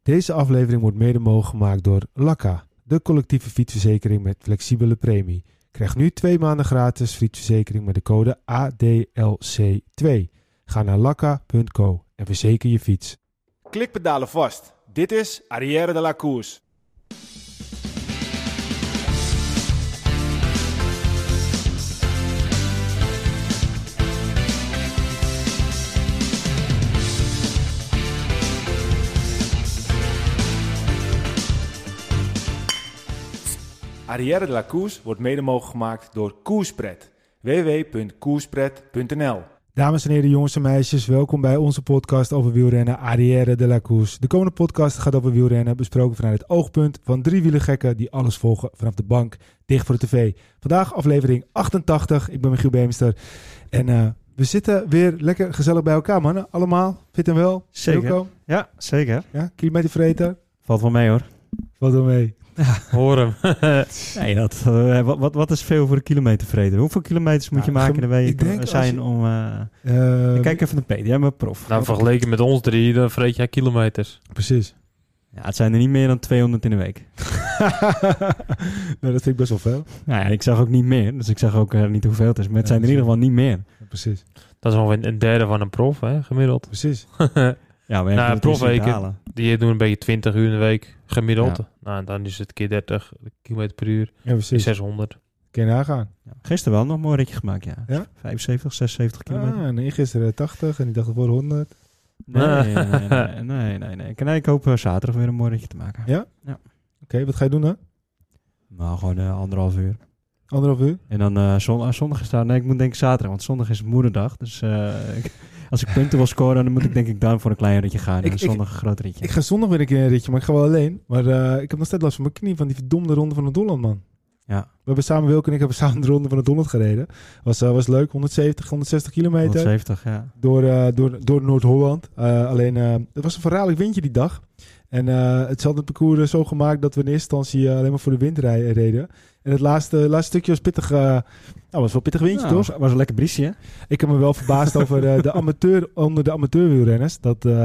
Deze aflevering wordt mede mogelijk gemaakt door Lakka, de collectieve fietsverzekering met flexibele premie. Krijg nu 2 maanden gratis fietsverzekering met de code ADLC2. Ga naar lakka.co en verzeker je fiets. Klikpedalen vast. Dit is Arrière de la Course. Arrière de la Course wordt mede mogelijk gemaakt door Koerspret. www.koerspret.nl. Dames en heren, jongens en meisjes, welkom bij onze podcast over wielrennen Arrière de la Course. De komende podcast gaat over wielrennen, besproken vanuit het oogpunt van 3 wielergekken die alles volgen vanaf de bank, dicht voor de tv. Vandaag aflevering 88, ik ben Michiel Beemster en we zitten weer lekker gezellig bij elkaar, mannen. Allemaal, fit en wel? Zeker. Wilco? Ja, zeker. Ja, kilometervreter? Valt wel mee hoor. Valt wel mee. Ja. Hoor hem. Nee, wat is veel voor een kilometervrede? Hoeveel kilometers moet je maken in de week zijn om... kijk even naar Peter, jij bent prof. Nou, vergeleken met ons 3, dan vreet jij kilometers. Precies. Ja, het zijn er niet meer dan 200 in de week. Nou, dat vind ik best wel veel. Nou ja, ik zag ook niet meer, dus ik zag ook niet hoeveel het is. Maar het zijn er in ieder geval niet meer. Ja, precies. Dat is ongeveer een derde van een prof, hè, gemiddeld. Precies. Ja, maar nou, profweken, die doen een beetje 20 uur in de week gemiddeld. Ja. Nou, dan is het keer 30 kilometer per uur. Ja, precies. 600. Kun je nagaan. Ja, gisteren wel nog een mooi ritje gemaakt, ja. Ja? 75, 76 kilometer. Nee, gisteren 80 en die dacht ervoor 100. Nee. Ik hoop zaterdag weer een mooi ritje te maken. Ja? Ja. Oké, wat ga je doen dan? Nou, gewoon 1,5 uur. 1,5 uur? En dan zondag is daar... Nee, ik moet denken zaterdag, want zondag is moederdag. Dus als ik punten wil scoren, dan moet ik denk ik dan voor een klein ritje gaan. En zondag een groot ritje. Ik ga zondag weer een keer een ritje, maar ik ga wel alleen. Maar ik heb nog steeds last van mijn knie, van die verdomde ronde van het Holland, man. Ja. We hebben samen, Wilco en ik hebben samen de ronde van het Holland gereden. Was leuk, 170, 160 kilometer. 170, ja. Door Noord-Holland. Alleen, het was een verraderlijk windje die dag. En het had het parcours zo gemaakt dat we in eerste instantie alleen maar voor de wind reden. En het laatste stukje was pittig. Was wel pittig windje, toch? Was een lekker briesje, hè? Ik heb me wel verbaasd over onder de amateurwielrenners.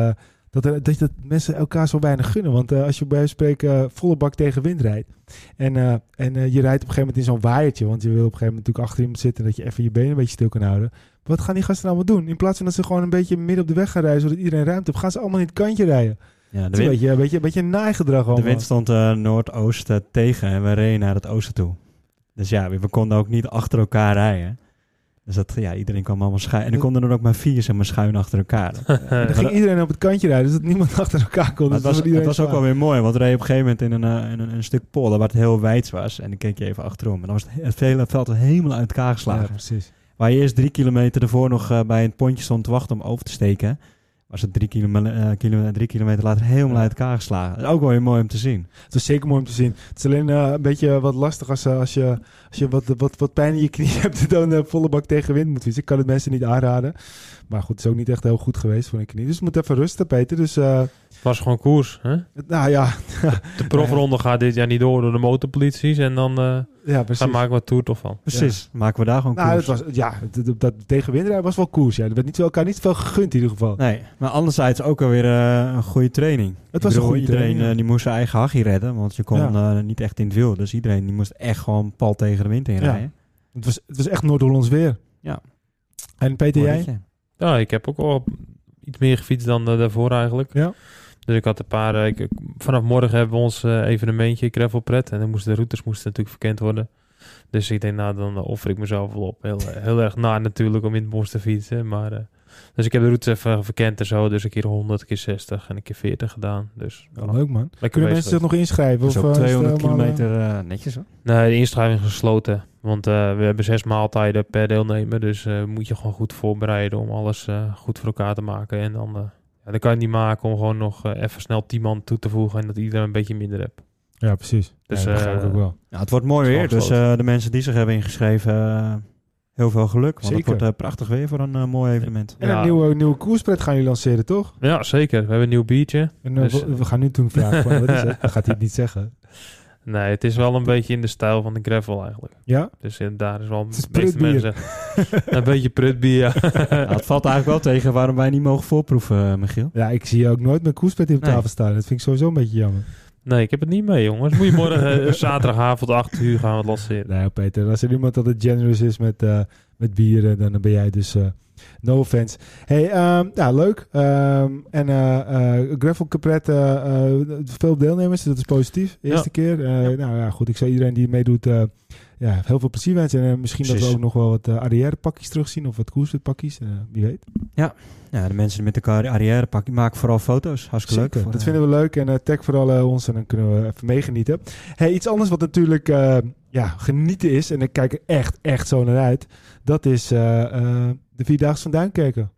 Dat mensen elkaar zo weinig gunnen. Want als je bij wijze van spreken volle bak tegen wind rijdt. En je rijdt op een gegeven moment in zo'n waaiertje. Want je wil op een gegeven moment natuurlijk achter iemand zitten. Dat je even je benen een beetje stil kan houden. Wat gaan die gasten nou doen? In plaats van dat ze gewoon een beetje midden op de weg gaan rijden. Zodat iedereen ruimte heeft. Gaan ze allemaal in het kantje rijden. Ja, dat is een beetje een naaigedrag allemaal. De wind stond noordoosten tegen en we reden naar het oosten toe. Dus ja, we konden ook niet achter elkaar rijden. Dus iedereen kwam allemaal schuin. En er konden er ook maar 4 schuin achter elkaar. Dan ging iedereen op het kantje rijden, dus dat niemand achter elkaar kon. Dus het was ook wel weer mooi, want we reden op een gegeven moment in een stuk polder waar het heel wijd was. En dan keek je even achterom. En dan was het hele veld helemaal uit elkaar geslagen. Ja, precies. Waar je eerst 3 kilometer ervoor nog bij een pontje stond te wachten om over te steken, was het 3 kilometer later helemaal uit elkaar geslagen. Dat is ook wel weer mooi om te zien. Het is zeker mooi om te zien. Het is alleen een beetje wat lastig als je wat pijn in je knie hebt en dan volle bak tegen wind moet fietsen. Ik kan het mensen niet aanraden. Maar goed, het is ook niet echt heel goed geweest voor een knie. Dus het moet even rusten, Peter. Dus, het was gewoon koers, hè? Nou ja. De profronde gaat dit jaar niet door de motorpolities. En dan maken we het Tour toch van. Precies, maken we daar gewoon koers. Dat tegen windrijden was wel koers. Ja. Er werd elkaar niet veel gegund in ieder geval. Nee, maar anderzijds ook alweer een goede training. Het was een goede iedereen training. Die moest zijn eigen hachie redden, want je kon niet echt in het wiel. Dus iedereen die moest echt gewoon pal tegen de wind inrijden. Ja. Het was echt Noord-Hollands weer. Ja. En Peter, jij? Ja, ik heb ook al iets meer gefietst dan daarvoor eigenlijk. Ja. Dus ik had een paar... vanaf morgen hebben we ons evenementje Gravelpret. En dan de routes moesten natuurlijk verkend worden. Dus ik denk, dan offer ik mezelf wel op. Heel erg naar natuurlijk om in het bos te fietsen. Maar, dus ik heb de routes even verkend en zo. Dus een keer 100, een keer 60 en een keer 40 gedaan. Dus, leuk man. Kunnen mensen zich nog inschrijven? Dus ook 200 kilometer netjes hoor. Nee, de inschrijving is gesloten. Want we hebben 6 maaltijden per deelnemer. Dus moet je gewoon goed voorbereiden om alles goed voor elkaar te maken. En dan kan je het niet maken om gewoon nog even snel 10 man toe te voegen. En dat iedereen een beetje minder hebt. Ja, precies. Dus, dat begrijp ik ook wel. Ja, het wordt mooi weer. Dus de mensen die zich hebben ingeschreven, heel veel geluk. Want het wordt prachtig weer voor een mooi evenement. En een nieuwe koerspret gaan jullie lanceren, toch? Ja, zeker. We hebben een nieuw biertje. En, we gaan nu toen vragen, wat is het? Dan gaat hij het niet zeggen. Nee, het is wel een beetje in de stijl van de gravel eigenlijk. Ja? Dus daar is wel Het is de meeste prutbier. mensen een beetje prutbier, ja. Nou, het valt eigenlijk wel tegen waarom wij niet mogen voorproeven, Michiel. Ja, ik zie je ook nooit met koerspet op Nee. tafel staan. Dat vind ik sowieso een beetje jammer. Nee, ik heb het niet mee, jongens. Moet je morgen zaterdagavond 8 uur gaan we het lanceren. Nee, Peter, als er iemand dat het generous is met bieren, dan ben jij dus no offense. Hey, ja, leuk. Gravel Capret, veel deelnemers, dat is positief. Eerste keer. Nou ja, goed, ik zou iedereen die meedoet, heel veel plezier wensen. En misschien dat we Precies. ook nog wel wat arrièrepakjes terugzien of wat koerspakjes, wie weet. Ja, de mensen met de arrièrepak, die maken vooral foto's. Hartstikke leuk. Zeker, dat vinden we leuk. En tag vooral ons en dan kunnen we even meegenieten. Hey, iets anders wat natuurlijk genieten is, en ik kijk er echt zo naar uit, dat is de Vierdaagse van Duinkerken.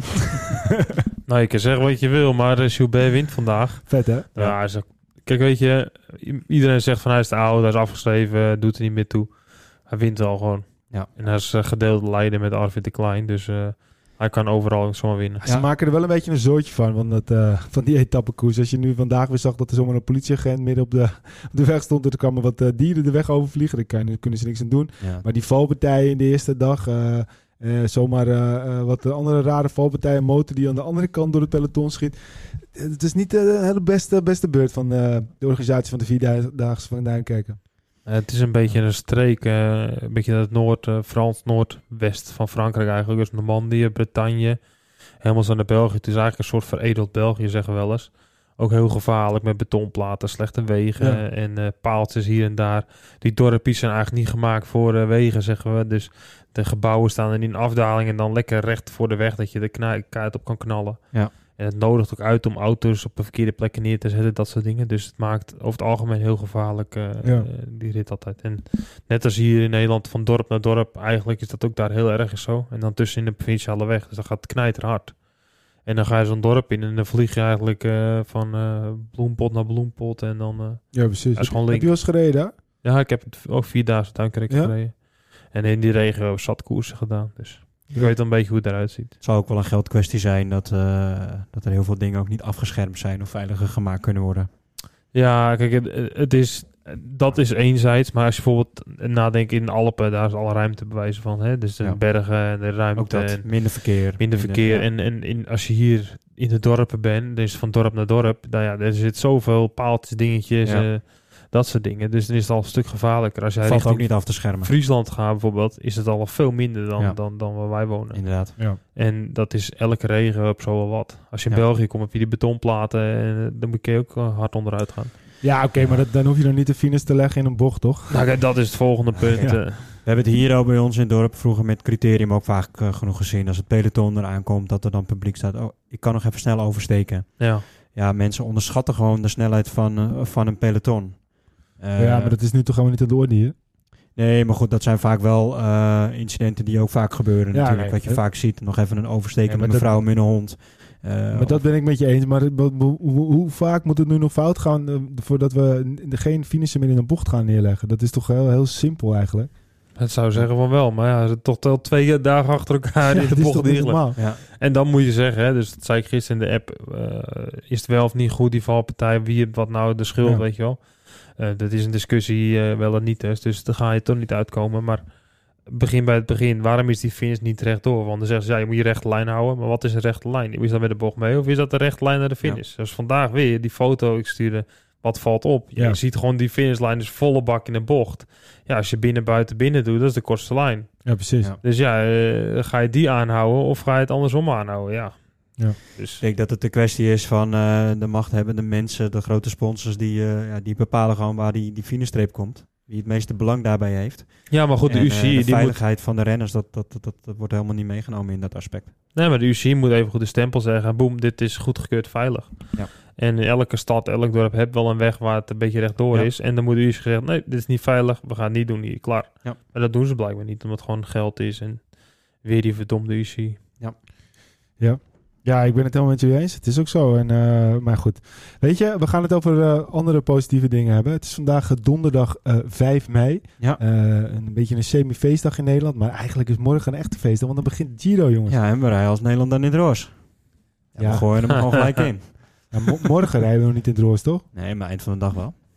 Nou, je kan zeggen wat je wil, maar Gilbert wint vandaag. Vet, hè? Ja, kijk, weet je, iedereen zegt van hij is te oud, hij is afgeschreven, doet er niet meer toe. Hij wint wel gewoon. Ja. En hij is gedeelde leider met Arvid de Klein, dus hij kan overal zomaar winnen. Ze maken er wel een beetje een zootje van die etappekoers. Als je nu vandaag weer zag dat er zomaar een politieagent midden op de weg stond, en er kwamen wat dieren de weg overvliegen. Daar kunnen ze niks aan doen. Ja. Maar die valpartijen in de eerste dag, zomaar wat andere rare valpartijen, motor die aan de andere kant door het peloton schiet. Het is niet de hele beste beurt van de organisatie van de Vierdaagse van Duinkerken. Het is een beetje een streek, een beetje het Frans noordwest van Frankrijk eigenlijk. Dus Normandië, Bretagne, helemaal zo naar België. Het is eigenlijk een soort veredeld België, zeggen we wel eens. Ook heel gevaarlijk met betonplaten, slechte wegen en paaltjes hier en daar. Die dorpjes zijn eigenlijk niet gemaakt voor wegen, zeggen we. Dus de gebouwen staan in een afdaling en dan lekker recht voor de weg dat je de kaart op kan knallen. Ja. En het nodigt ook uit om auto's op de verkeerde plekken neer te zetten, dat soort dingen. Dus het maakt over het algemeen heel gevaarlijk, die rit altijd. En net als hier in Nederland, van dorp naar dorp, eigenlijk is dat ook daar heel erg zo. En dan tussen in de provinciale weg, dus dan gaat het knijterhard. En dan ga je zo'n dorp in en dan vlieg je eigenlijk van bloempot naar bloempot. En dan Ja, precies. dat is gewoon Heb link. je wel eens gereden? Hè? Ja, ik heb het ook 4000 Duinkerk Ja? gereden. En in die regio zat koersen gedaan. Dus ik weet wel een beetje hoe het eruit ziet. Het zou ook wel een geldkwestie zijn dat er heel veel dingen ook niet afgeschermd zijn of veiliger gemaakt kunnen worden. Ja, kijk, dat is éenzijds. Maar als je bijvoorbeeld nadenkt in de Alpen, daar is alle ruimte bewijzen van. Hè? Dus de Ja. bergen en de ruimte. Ook dat, En minder verkeer. minder verkeer. ja. En als je hier in de dorpen bent, dus van dorp naar dorp, nou ja, er zit zoveel paaltjes, dingetjes, Ja. dat soort dingen. Dus dan is het al een stuk gevaarlijker. Als jij Valt richting ook niet af te schermen. Friesland gaat bijvoorbeeld, is het al veel minder Ja. dan waar wij wonen. Inderdaad. Ja. En dat is elke regio op zo wel wat. Als je in Ja. België komt, heb je die betonplaten en dan moet je ook hard onderuit gaan. Ja, oké, maar dan hoef je dan niet de finish te leggen in een bocht, toch? Nou, kijk, dat is het volgende punt. Ja. We hebben het hier ook bij ons in het dorp vroeger met criterium ook vaak genoeg gezien. Als het peloton eraan komt, dat er dan publiek staat. Oh, ik kan nog even snel oversteken. Ja. Ja, mensen onderschatten gewoon de snelheid van een peloton. Ja, maar dat is nu toch gewoon niet aan de orde hier? Nee, maar goed, dat zijn vaak wel incidenten die ook vaak gebeuren Ja, natuurlijk. nee, Wat je vaak ziet, nog even een overstekende Ja, maar dat- mevrouw met een hond. Maar dat ben ik met je eens. Maar hoe vaak moet het nu nog fout gaan voordat we geen finisher meer in een bocht gaan neerleggen? Dat is toch heel simpel eigenlijk. Het zou zeggen van wel, maar ja, het toch wel 2 dagen achter elkaar in dat de is bocht toch niet diggelen. normaal? Ja, En dan moet je zeggen, hè, dus dat zei ik gisteren in de app, is het wel of niet goed die valpartij, wie heeft wat nou de schuld, Ja. weet je wel. Dat is een discussie wel en niet, dus daar ga je toch niet uitkomen. Maar begin bij het begin, waarom is die finish niet rechtdoor? Want dan zeggen ze, ja, je moet je rechte lijn houden, maar wat is een rechte lijn? Is dat met de bocht mee of is dat de rechte lijn naar de finish? Dus vandaag weer, die foto ik stuurde, wat valt op? Ja. Je ziet gewoon die finishlijn is volle bak in de bocht. Ja, als je binnen, buiten, binnen doet, dat is de kortste lijn. Ja, precies. Ja. Dus ja, ga je die aanhouden of ga je het andersom aanhouden? Ja. Ja. Dus ik denk dat het de kwestie is van de machthebbende mensen, de grote sponsors, die bepalen gewoon waar die finishstreep komt. Wie het meeste belang daarbij heeft. ja, maar goed, de En, UCI de die moet... veiligheid van de renners, dat wordt helemaal niet meegenomen in dat aspect. Nee, maar de UCI moet even goed de stempel zeggen. Boem, dit is goedgekeurd veilig. Ja. En in elke stad, elk dorp heeft wel een weg waar het een beetje rechtdoor Ja. is. En dan moet de UCI zeggen, nee, dit is niet veilig. We gaan het niet doen hier, klaar. Ja. Maar dat doen ze blijkbaar niet, omdat het gewoon geld is. En weer die verdomde UCI. Ja, ik ben het helemaal met je eens. Het is ook zo. Maar goed. Weet je, we gaan het over andere positieve dingen hebben. Het is vandaag donderdag 5 mei. Ja. Een beetje een semi-feestdag in Nederland. Maar eigenlijk is morgen een echte feestdag. Want dan begint Giro, jongens. Ja, en we rijden als Nederland dan in het roos. Ja, Ja. we gooien hem gewoon gelijk in. Ja, morgen rijden we nog niet in het roos, toch? Nee, maar eind van de dag wel.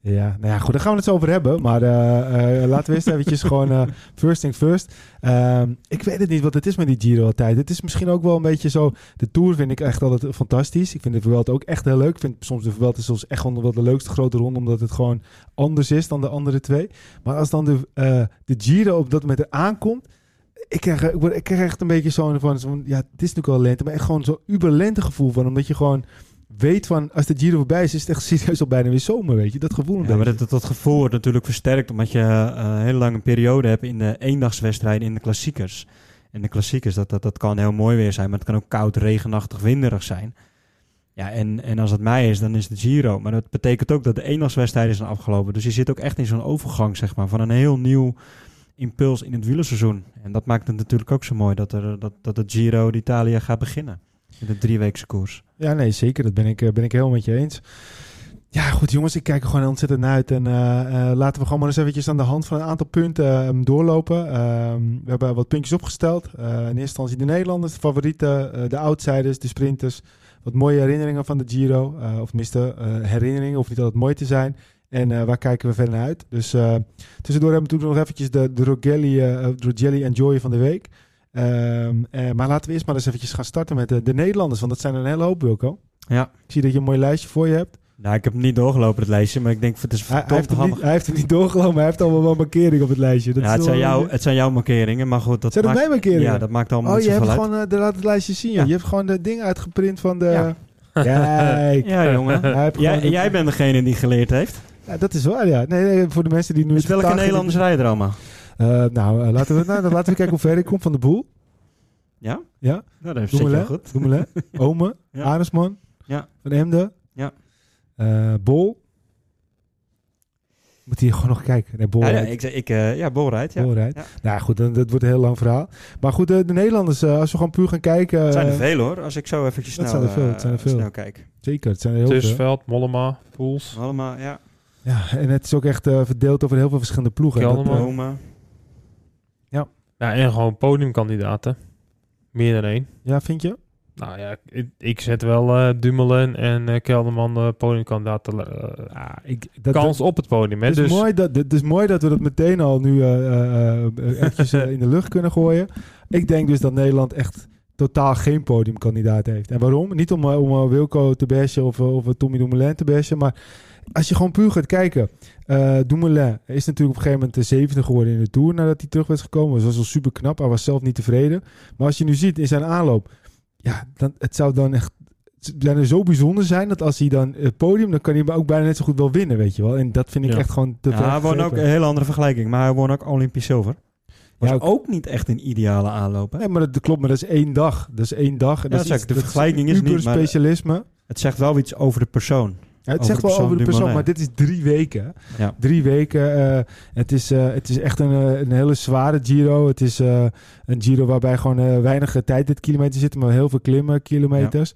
Ja, nou ja, goed, daar gaan we het zo over hebben. Maar laten we eerst eventjes gewoon first thing first. Ik weet het niet wat het is met die Giro altijd. Het is misschien ook wel een beetje zo... De Tour vind ik echt altijd fantastisch. Ik vind de Vuelta ook echt heel leuk. Ik vind soms de Vuelta soms echt wel de leukste grote ronde... omdat het gewoon anders is dan de andere twee. Maar als dan de Giro op dat moment er aankomt... Ik krijg echt een beetje zo'n van... Ja, het is natuurlijk wel lente, maar echt gewoon zo'n uberlente gevoel van... Omdat je gewoon... weet van, als de Giro voorbij is het echt serieus al bijna weer zomer, weet je. Dat gevoel een Ja, beetje. maar dat gevoel wordt natuurlijk versterkt... omdat je een hele lange periode hebt in de eendagswedstrijden in de klassiekers. En de klassiekers, dat kan heel mooi weer zijn... maar het kan ook koud, regenachtig, winderig zijn. Ja, en als het mei is, dan is het Giro. Maar dat betekent ook dat de eendagswedstrijden zijn afgelopen. Dus je zit ook echt in zo'n overgang, zeg maar... van een heel nieuw impuls in het wielerseizoen. En dat maakt het natuurlijk ook zo mooi... dat het Giro d'Italia gaat beginnen. In de 3-weekse koers. Ja, nee, zeker. Dat ben ik helemaal met je eens. Ja, goed jongens, ik kijk er gewoon ontzettend naar uit. En laten we gewoon maar eens eventjes aan de hand van een aantal punten doorlopen. We hebben wat puntjes opgesteld. In eerste instantie de Nederlanders, de favorieten, de outsiders, de sprinters. Wat mooie herinneringen van de Giro. Of tenminste, herinneringen, hoeft niet altijd mooi te zijn. En waar kijken we verder naar uit? Dus tussendoor hebben we toen nog eventjes de Rogelli en Joy van de week. Maar laten we eerst maar eens eventjes gaan starten met de Nederlanders. Want dat zijn er een hele hoop, Wilco. Ja. Ik zie dat je een mooi lijstje voor je hebt. Nou, ik heb hem niet doorgelopen, het lijstje. Maar ik denk, het is verdomd handig. Hij heeft hem niet doorgelopen, maar hij heeft allemaal wel markering op het lijstje. Dat Ja, het zijn jouw markeringen, maar goed. Zijn dat mijn markeringen? Ja, dat maakt allemaal niet je hebt zoveel uit. gewoon, laat het lijstje zien. Ja. Je hebt gewoon de ding uitgeprint van de... Ja. Kijk. Ja, jongen. Jij bent degene die geleerd heeft. Ja, dat is waar, ja. Nee, voor de mensen die nu... Dus welke Nederlanders rijden er allemaal? Laten we kijken hoe ver ik kom van de boel. Ja? Ja. Nou, dat zit je goed. Dumoulin, Ome, Ja. Arendsman, Ja. Van Emden, Ja. Bol. Moet hier gewoon nog kijken. Nee, Bol rijdt. Bol rijdt, ja. Bol rijdt. Ja. Nou goed, dat wordt een heel lang verhaal. Maar goed, de Nederlanders, als we gewoon puur gaan kijken... Het zijn er veel hoor, als ik zo eventjes snel kijk. Zeker, het zijn er heel veel. Tussveld, Mollema, Poels. Allemaal, ja. Ja, en het is ook echt verdeeld over heel veel verschillende ploegen. Kelderman. Roma. Ja, en gewoon podiumkandidaten. Meer dan één. Ja, vind je? Nou ja, ik zet wel Dumoulin en Kelderman podiumkandidaten kans op het podium. Hè? Het is mooi dat we dat meteen al nu eventjes in de lucht kunnen gooien. Ik denk dus dat Nederland echt totaal geen podiumkandidaat heeft. En waarom? Niet om Wilco te bashen of Tommy Dumoulin te bashen, maar als je gewoon puur gaat kijken. Dumoulin is natuurlijk op een gegeven moment de zevende geworden in de Tour nadat hij terug was gekomen. Dat was al super knap. Hij was zelf niet tevreden. Maar als je nu ziet in zijn aanloop, ja, het zou dan echt zo bijzonder zijn dat als hij dan het podium, dan kan hij ook bijna net zo goed wel winnen, weet je wel. En dat vind ik echt gewoon te ver. Hij won ook een hele andere vergelijking, maar hij won ook Olympisch zilver. Was ook niet echt een ideale aanloop. Hè? Nee, maar dat klopt, maar dat is één dag. Dat is één dag. En Ja, de vergelijking is niet, maar specialisme. Het zegt wel iets over de persoon. Ja, het zegt wel over de persoon, maar dit is 3 weken. Ja. 3 weken. Het is echt een hele zware Giro. Het is een Giro waarbij gewoon weinig tijdritkilometers zitten, maar heel veel kilometers.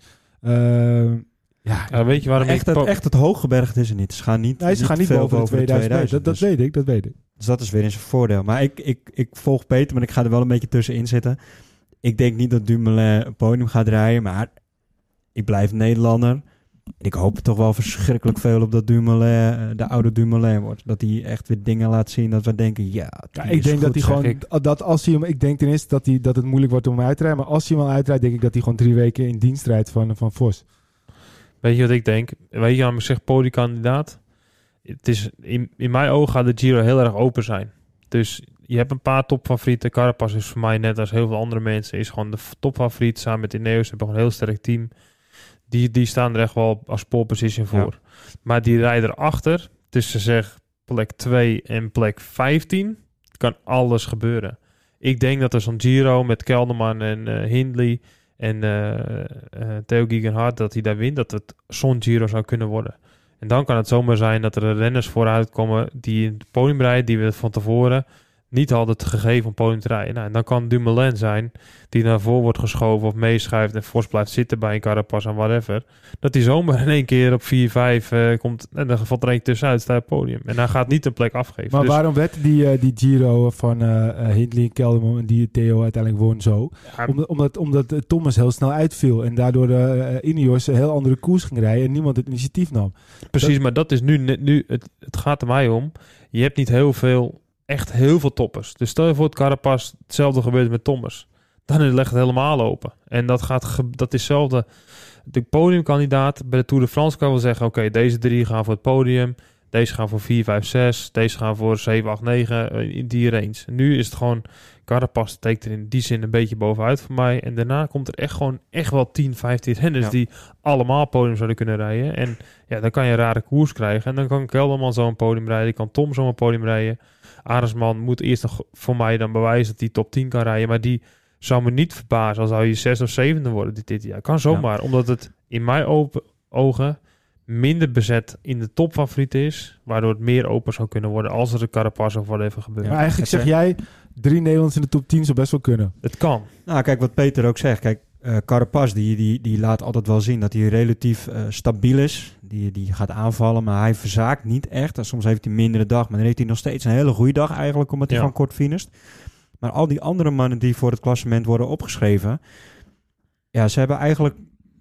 Ja, weet je waarom echt het hooggebergte is er niet. Ze gaan niet boven de 2000. Dat weet ik. Dus dat is weer eens een voordeel. Maar ik volg Peter, maar ik ga er wel een beetje tussenin zitten. Ik denk niet dat Dumoulin een podium gaat rijden, maar ik blijf Nederlander. Ik hoop er toch wel verschrikkelijk veel op dat Dumoulin, de oude Dumoulin wordt. Dat hij echt weer dingen laat zien dat we denken, ik denk dat hij gewoon, dat als hij hem, ik denk ten eerste dat het moeilijk wordt om hem uit te rijden, maar als hij hem al uitrijdt, denk ik dat hij gewoon 3 weken in dienst rijdt van Vos. Weet je wat ik denk? Weet je waarom ik zeg podiumkandidaat? Het is, in mijn ogen gaat de Giro heel erg open zijn. Dus je hebt een paar topfavorieten. Carapaz is voor mij net als heel veel andere mensen is gewoon de topfavoriet. Samen met Ineos hebben gewoon een heel sterk team. Die staan er echt wel als pole position voor. Ja. Maar die rijden erachter, tussen zeg plek 2 en plek 15, kan alles gebeuren. Ik denk dat er zo'n Giro met Kelderman en Hindley en Theo Gegenhardt, dat hij daar wint, dat het zo'n Giro zou kunnen worden. En dan kan het zomaar zijn dat er renners vooruit komen die in het podium rijden, die we van tevoren niet had het gegeven om podium te rijden. Nou, en dan kan Dumoulin zijn die naar voren wordt geschoven of meeschuift en fors blijft zitten bij een Carapaz en whatever. Dat hij zomaar in één keer op 4-5 komt en dan valt er één tussenuit, staat op het podium. En hij gaat niet een plek afgeven. Maar Dus, waarom werd die Giro van Hindley en Kelderman en die Theo uiteindelijk won zo? ja, Omdat Thomas heel snel uitviel en daardoor Ineos een heel andere koers ging rijden en niemand het initiatief nam. precies, maar dat is nu het gaat er mij om. Je hebt niet echt heel veel toppers. Dus stel je voor het Carapaz, hetzelfde gebeurt met Thomas. Dan legt het helemaal open. En dat is hetzelfde. De podiumkandidaat bij de Tour de France kan wel zeggen, oké, deze 3 gaan voor het podium. Deze gaan voor 4, 5, 6. Deze gaan voor 7, 8, 9. In die range. Nu is het gewoon, Carapaz steekt er in die zin een beetje bovenuit voor mij. En daarna komt er echt wel 10, 15 renners die allemaal podium zouden kunnen rijden. En ja, dan kan je een rare koers krijgen. En dan kan Kelderman zo'n podium rijden. Kan Tom zo'n podium rijden. Arendsman moet eerst nog voor mij dan bewijzen dat hij top 10 kan rijden. Maar die zou me niet verbazen als zou je 6 of 7e worden dit jaar. Kan zomaar, omdat het in mijn ogen minder bezet in de topfavoriet is, waardoor het meer open zou kunnen worden als er een Carapaz of wat even gebeurt. Maar eigenlijk zeg jij, 3 Nederlanders in de top 10 zou best wel kunnen. Het kan. Nou, kijk wat Peter ook zegt. Kijk, Carapaz die laat altijd wel zien dat hij relatief stabiel is. Die gaat aanvallen, maar hij verzaakt niet echt. En soms heeft hij een mindere dag, maar dan heeft hij nog steeds een hele goede dag eigenlijk, omdat hij gewoon kort finisht. Maar al die andere mannen die voor het klassement worden opgeschreven, ja, ze hebben eigenlijk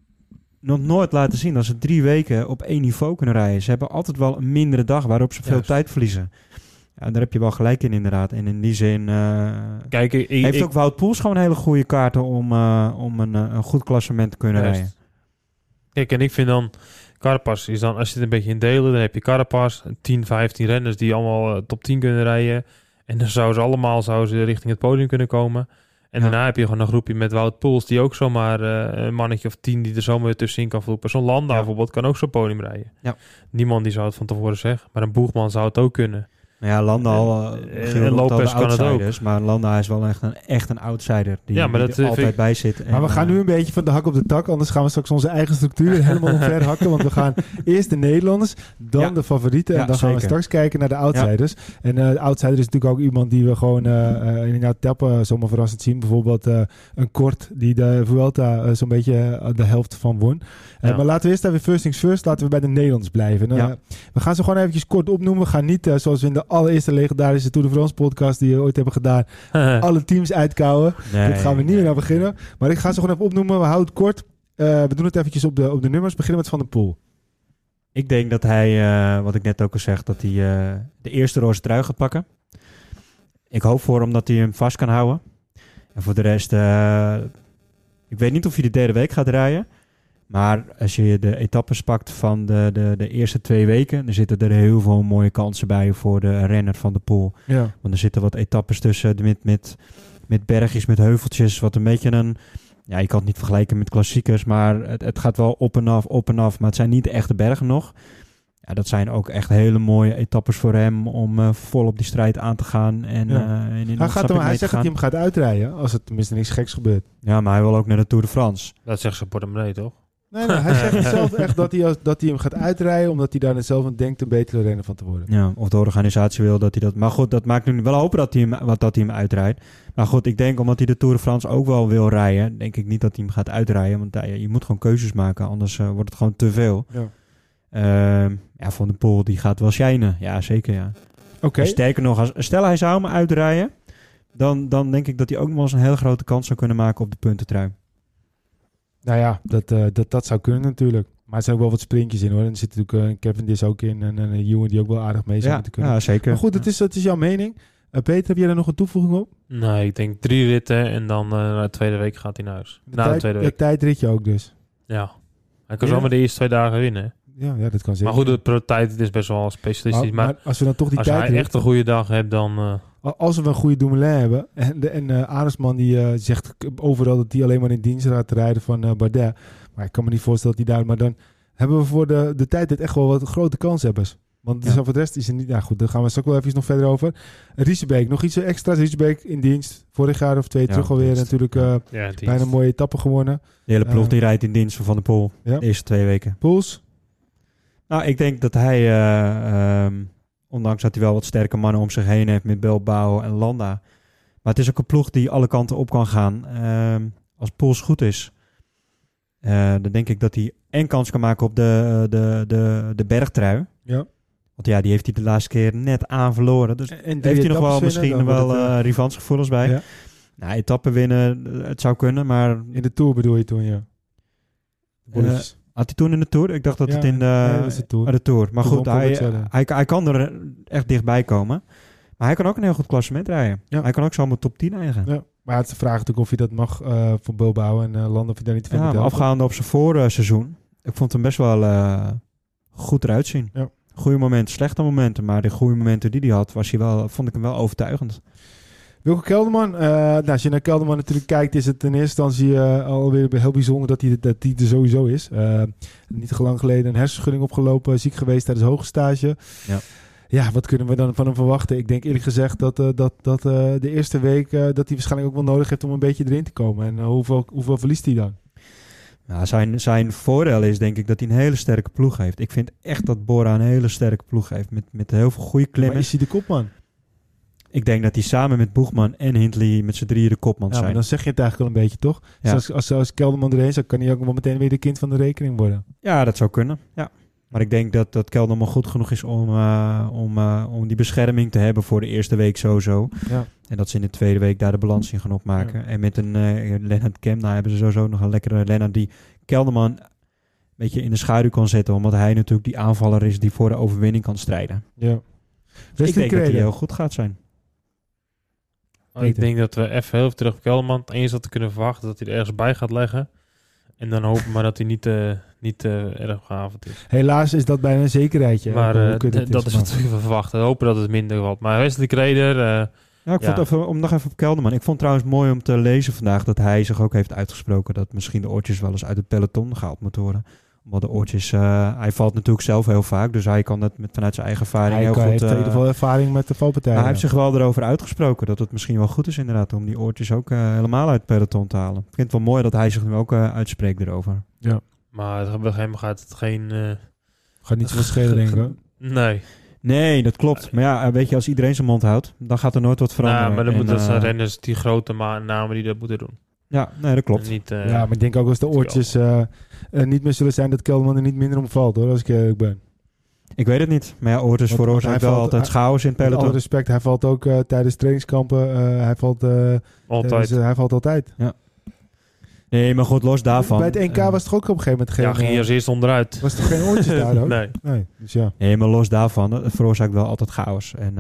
nog nooit laten zien dat ze 3 weken op 1 niveau kunnen rijden. Ze hebben altijd wel een mindere dag waarop ze veel tijd verliezen. Ja, daar heb je wel gelijk in inderdaad. En in die zin Kijk, heeft ook Wout Poels gewoon hele goede kaarten om een goed klassement te kunnen rijden. Kijk, en ik vind dan, Carapaz is dan, als je het een beetje in delen, dan heb je Carapaz, 10, 15 renners die allemaal top 10 kunnen rijden. En dan zouden ze richting het podium kunnen komen. En daarna heb je gewoon een groepje met Wout Poels, die ook zomaar een mannetje of 10 die er zomaar weer tussenin kan vloepen. Zo'n Landa bijvoorbeeld kan ook zo'n podium rijden. Ja. Niemand die zou het van tevoren zeggen, maar een Boegman zou het ook kunnen. Ja, Landa en Lopez kan het ook. Maar Landa is wel echt een outsider die er altijd bij zit. Maar we gaan nu een beetje van de hak op de tak. Anders gaan we straks onze eigen structuur helemaal omver hakken. Want we gaan eerst de Nederlanders, dan de favorieten. En dan gaan we straks kijken naar de outsiders. Ja. En de outsider is natuurlijk ook iemand die we gewoon in Tappen zomaar verrassend zien. Bijvoorbeeld een Kort die de Vuelta zo'n beetje de helft van won. Maar laten we eerst even first things first. Laten we bij de Nederlanders blijven. We gaan ze gewoon eventjes kort opnoemen. We gaan niet zoals we in de allereerste legendarische Tour de France podcast die we ooit hebben gedaan, alle teams uitkouwen. Nee, dat gaan we niet meer naar beginnen. Maar ik ga ze gewoon even opnoemen. We houden het kort. We doen het eventjes op de nummers. Beginnen met Van der Poel. Ik denk dat hij, wat ik net ook al zeg, dat hij de eerste roze trui gaat pakken. Ik hoop voor hem dat hij hem vast kan houden. En voor de rest, ik weet niet of hij de derde week gaat rijden. Maar als je de etappes pakt van de eerste 2 weken, dan zitten er heel veel mooie kansen bij voor de renner van de Poel. Ja. Want er zitten wat etappes tussen met bergjes, met heuveltjes, wat een beetje een... Ja, je kan het niet vergelijken met klassiekers, maar het gaat wel op en af. Maar het zijn niet de echte bergen nog. Ja, dat zijn ook echt hele mooie etappes voor hem om vol op die strijd aan te gaan. En, hij zegt dat hij hem gaat uitrijden, als het tenminste niks geks gebeurt. Ja, maar hij wil ook naar de Tour de France. Dat zegt zijn portemonnee, toch? Nee, hij zegt zelf echt dat hij hem gaat uitrijden, omdat hij daar zelf aan denkt een betere renner van te worden. Ja, of de organisatie wil dat hij dat... Maar goed, dat maakt nu wel hopen dat hij hem uitrijdt. Maar goed, ik denk omdat hij de Tour de France ook wel wil rijden, denk ik niet dat hij hem gaat uitrijden. Want je moet gewoon keuzes maken, anders wordt het gewoon te veel. Ja. Van der Poel, die gaat wel shinen. Ja, zeker, ja. Okay. Sterker nog, stel hij zou hem uitrijden, dan denk ik dat hij ook nog wel eens een hele grote kans zou kunnen maken op de puntentrui. Nou ja, dat zou kunnen natuurlijk. Maar er zijn ook wel wat sprintjes in hoor. En er zit natuurlijk Cavendish ook in en een jongen die ook wel aardig mee zou moeten kunnen. Ja, zeker. Maar goed, het is jouw mening. Peter, heb jij daar nog een toevoeging op? Nee, ik denk 3 ritten en dan na de tweede week gaat hij naar huis. Na de tweede week. Het tijdritje ook dus. Ja. Hij kan zomaar de eerste 2 dagen winnen. Ja, dat kan zeker. Maar goed, de tijd is best wel specialistisch. Maar als we dan toch die als hij echt een goede dag hebt, dan... Als we een goede Dumoulin hebben en Arendsman die zegt overal dat hij alleen maar in dienst gaat rijden van Bardet. Maar ik kan me niet voorstellen dat hij daar... Maar dan hebben we voor de tijd echt wel wat grote kanshebbers. Want dus voor de rest is het niet... Nou goed, daar gaan we straks wel even nog verder over. Riesebeek, nog iets extra's. Riesebeek in dienst. Vorig jaar of 2 terug alweer natuurlijk bijna een mooie etappe gewonnen. De hele ploeg die rijdt in dienst van der Poel. De eerste 2 weken. Poels? Nou, ik denk dat hij Ondanks dat hij wel wat sterke mannen om zich heen heeft met Bilbao en Landa. Maar het is ook een ploeg die alle kanten op kan gaan. Als Poels goed is, dan denk ik dat hij en kans kan maken op de bergtrui. Ja. Want ja, die heeft hij de laatste keer net aan verloren. Dus En heeft hij nog wel misschien wel revanchegevoelens bij. Ja. Nou, etappen winnen, het zou kunnen, maar... In de Tour bedoel je toen, ja. Had hij toen in de Tour? Ik dacht dat het in dat is de Tour. Maar goed, hij kan er echt dichtbij komen. Maar hij kan ook een heel goed klassement rijden. Ja. Hij kan ook zo met top 10 eindigen. Ja. Maar het is de vraag natuurlijk of je dat mag voor Bilbao en Landa, of je daar niet te veel Ja, maar afgaande op zijn voorseizoen. Ik vond hem best wel goed eruit zien. Ja. Goede momenten, slechte momenten. Maar de goede momenten die hij had, vond ik hem wel overtuigend. Wilco Kelderman, als je naar Kelderman natuurlijk kijkt, is het in eerste instantie alweer heel bijzonder dat hij er sowieso is. Niet te lang geleden een hersenschudding opgelopen, ziek geweest tijdens hoogstage. Ja. Ja, wat kunnen we dan van hem verwachten? Ik denk eerlijk gezegd dat de eerste week dat hij waarschijnlijk ook wel nodig heeft om een beetje erin te komen. En hoeveel verliest hij dan? Ja, zijn voordeel is denk ik dat hij een hele sterke ploeg heeft. Ik vind echt dat Bora een hele sterke ploeg heeft met heel veel goede klimmers. Maar is hij de kopman? Ik denk dat hij samen met Boegman en Hindley met z'n drieën de kopman zijn. Maar dan zeg je het eigenlijk al een beetje, toch? Ja. Dus als Kelderman erheen zou, kan hij ook wel meteen weer de kind van de rekening worden. Ja, dat zou kunnen. Ja. Maar ik denk dat Kelderman goed genoeg is om die bescherming te hebben voor de eerste week sowieso. Ja. En dat ze in de tweede week daar de balans in gaan opmaken. Ja. En met een Lennart Kemna hebben ze sowieso nog een lekkere Lennart die Kelderman een beetje in de schaduw kan zetten. Omdat hij natuurlijk die aanvaller is die voor de overwinning kan strijden. Ja. Dus ik denk dat hij heel goed gaat zijn. Ik denk dat we even heel terug op Kelderman. Het enige wat we kunnen verwachten dat hij er ergens bij gaat leggen. En dan hopen maar dat hij niet erg gehavend is. Helaas is dat bijna een zekerheidje. Maar dat is wat we verwachten. We hopen dat het minder valt. Maar Wesley Kreder... om nog even op Kelderman. Ik vond trouwens mooi om te lezen vandaag dat hij zich ook heeft uitgesproken dat misschien de oortjes wel eens uit het peloton gehaald moeten worden. Omdat de oortjes... hij valt natuurlijk zelf heel vaak, dus hij kan dat vanuit zijn eigen ervaring heel goed... Hij heeft in ieder geval ervaring met de valpartij. Hij heeft zich wel erover uitgesproken dat het misschien wel goed is inderdaad om die oortjes ook helemaal uit het peloton te halen. Ik vind het wel mooi dat hij zich nu ook uitspreekt erover. Ja. Maar op een gegeven moment gaat het geen... gaat niet zoveel schelen, denk ik. Nee, dat klopt. Maar ja, weet je, als iedereen zijn mond houdt, dan gaat er nooit wat veranderen. Maar dan moeten dat zijn renners, die grote namen die dat moeten doen. Ja, nee, dat klopt. Niet, ja, maar ik denk ook als de oortjes niet meer zullen zijn, dat Kelderman er niet minder om valt, hoor, als ik eerlijk ben. Ik weet het niet. Maar ja, oortjes veroorzaakt wel altijd chaos in het peloton. Met alle respect, hij valt ook tijdens trainingskampen. Hij valt altijd. Hij valt altijd. Ja. Nee, maar goed, los daarvan. Bij het NK was het toch ook op een gegeven moment geen... Ja, ging je als eerst onderuit. Was er geen oortjes daar ook? Nee. Dus ja. Nee, maar los daarvan, het veroorzaakt wel altijd chaos. En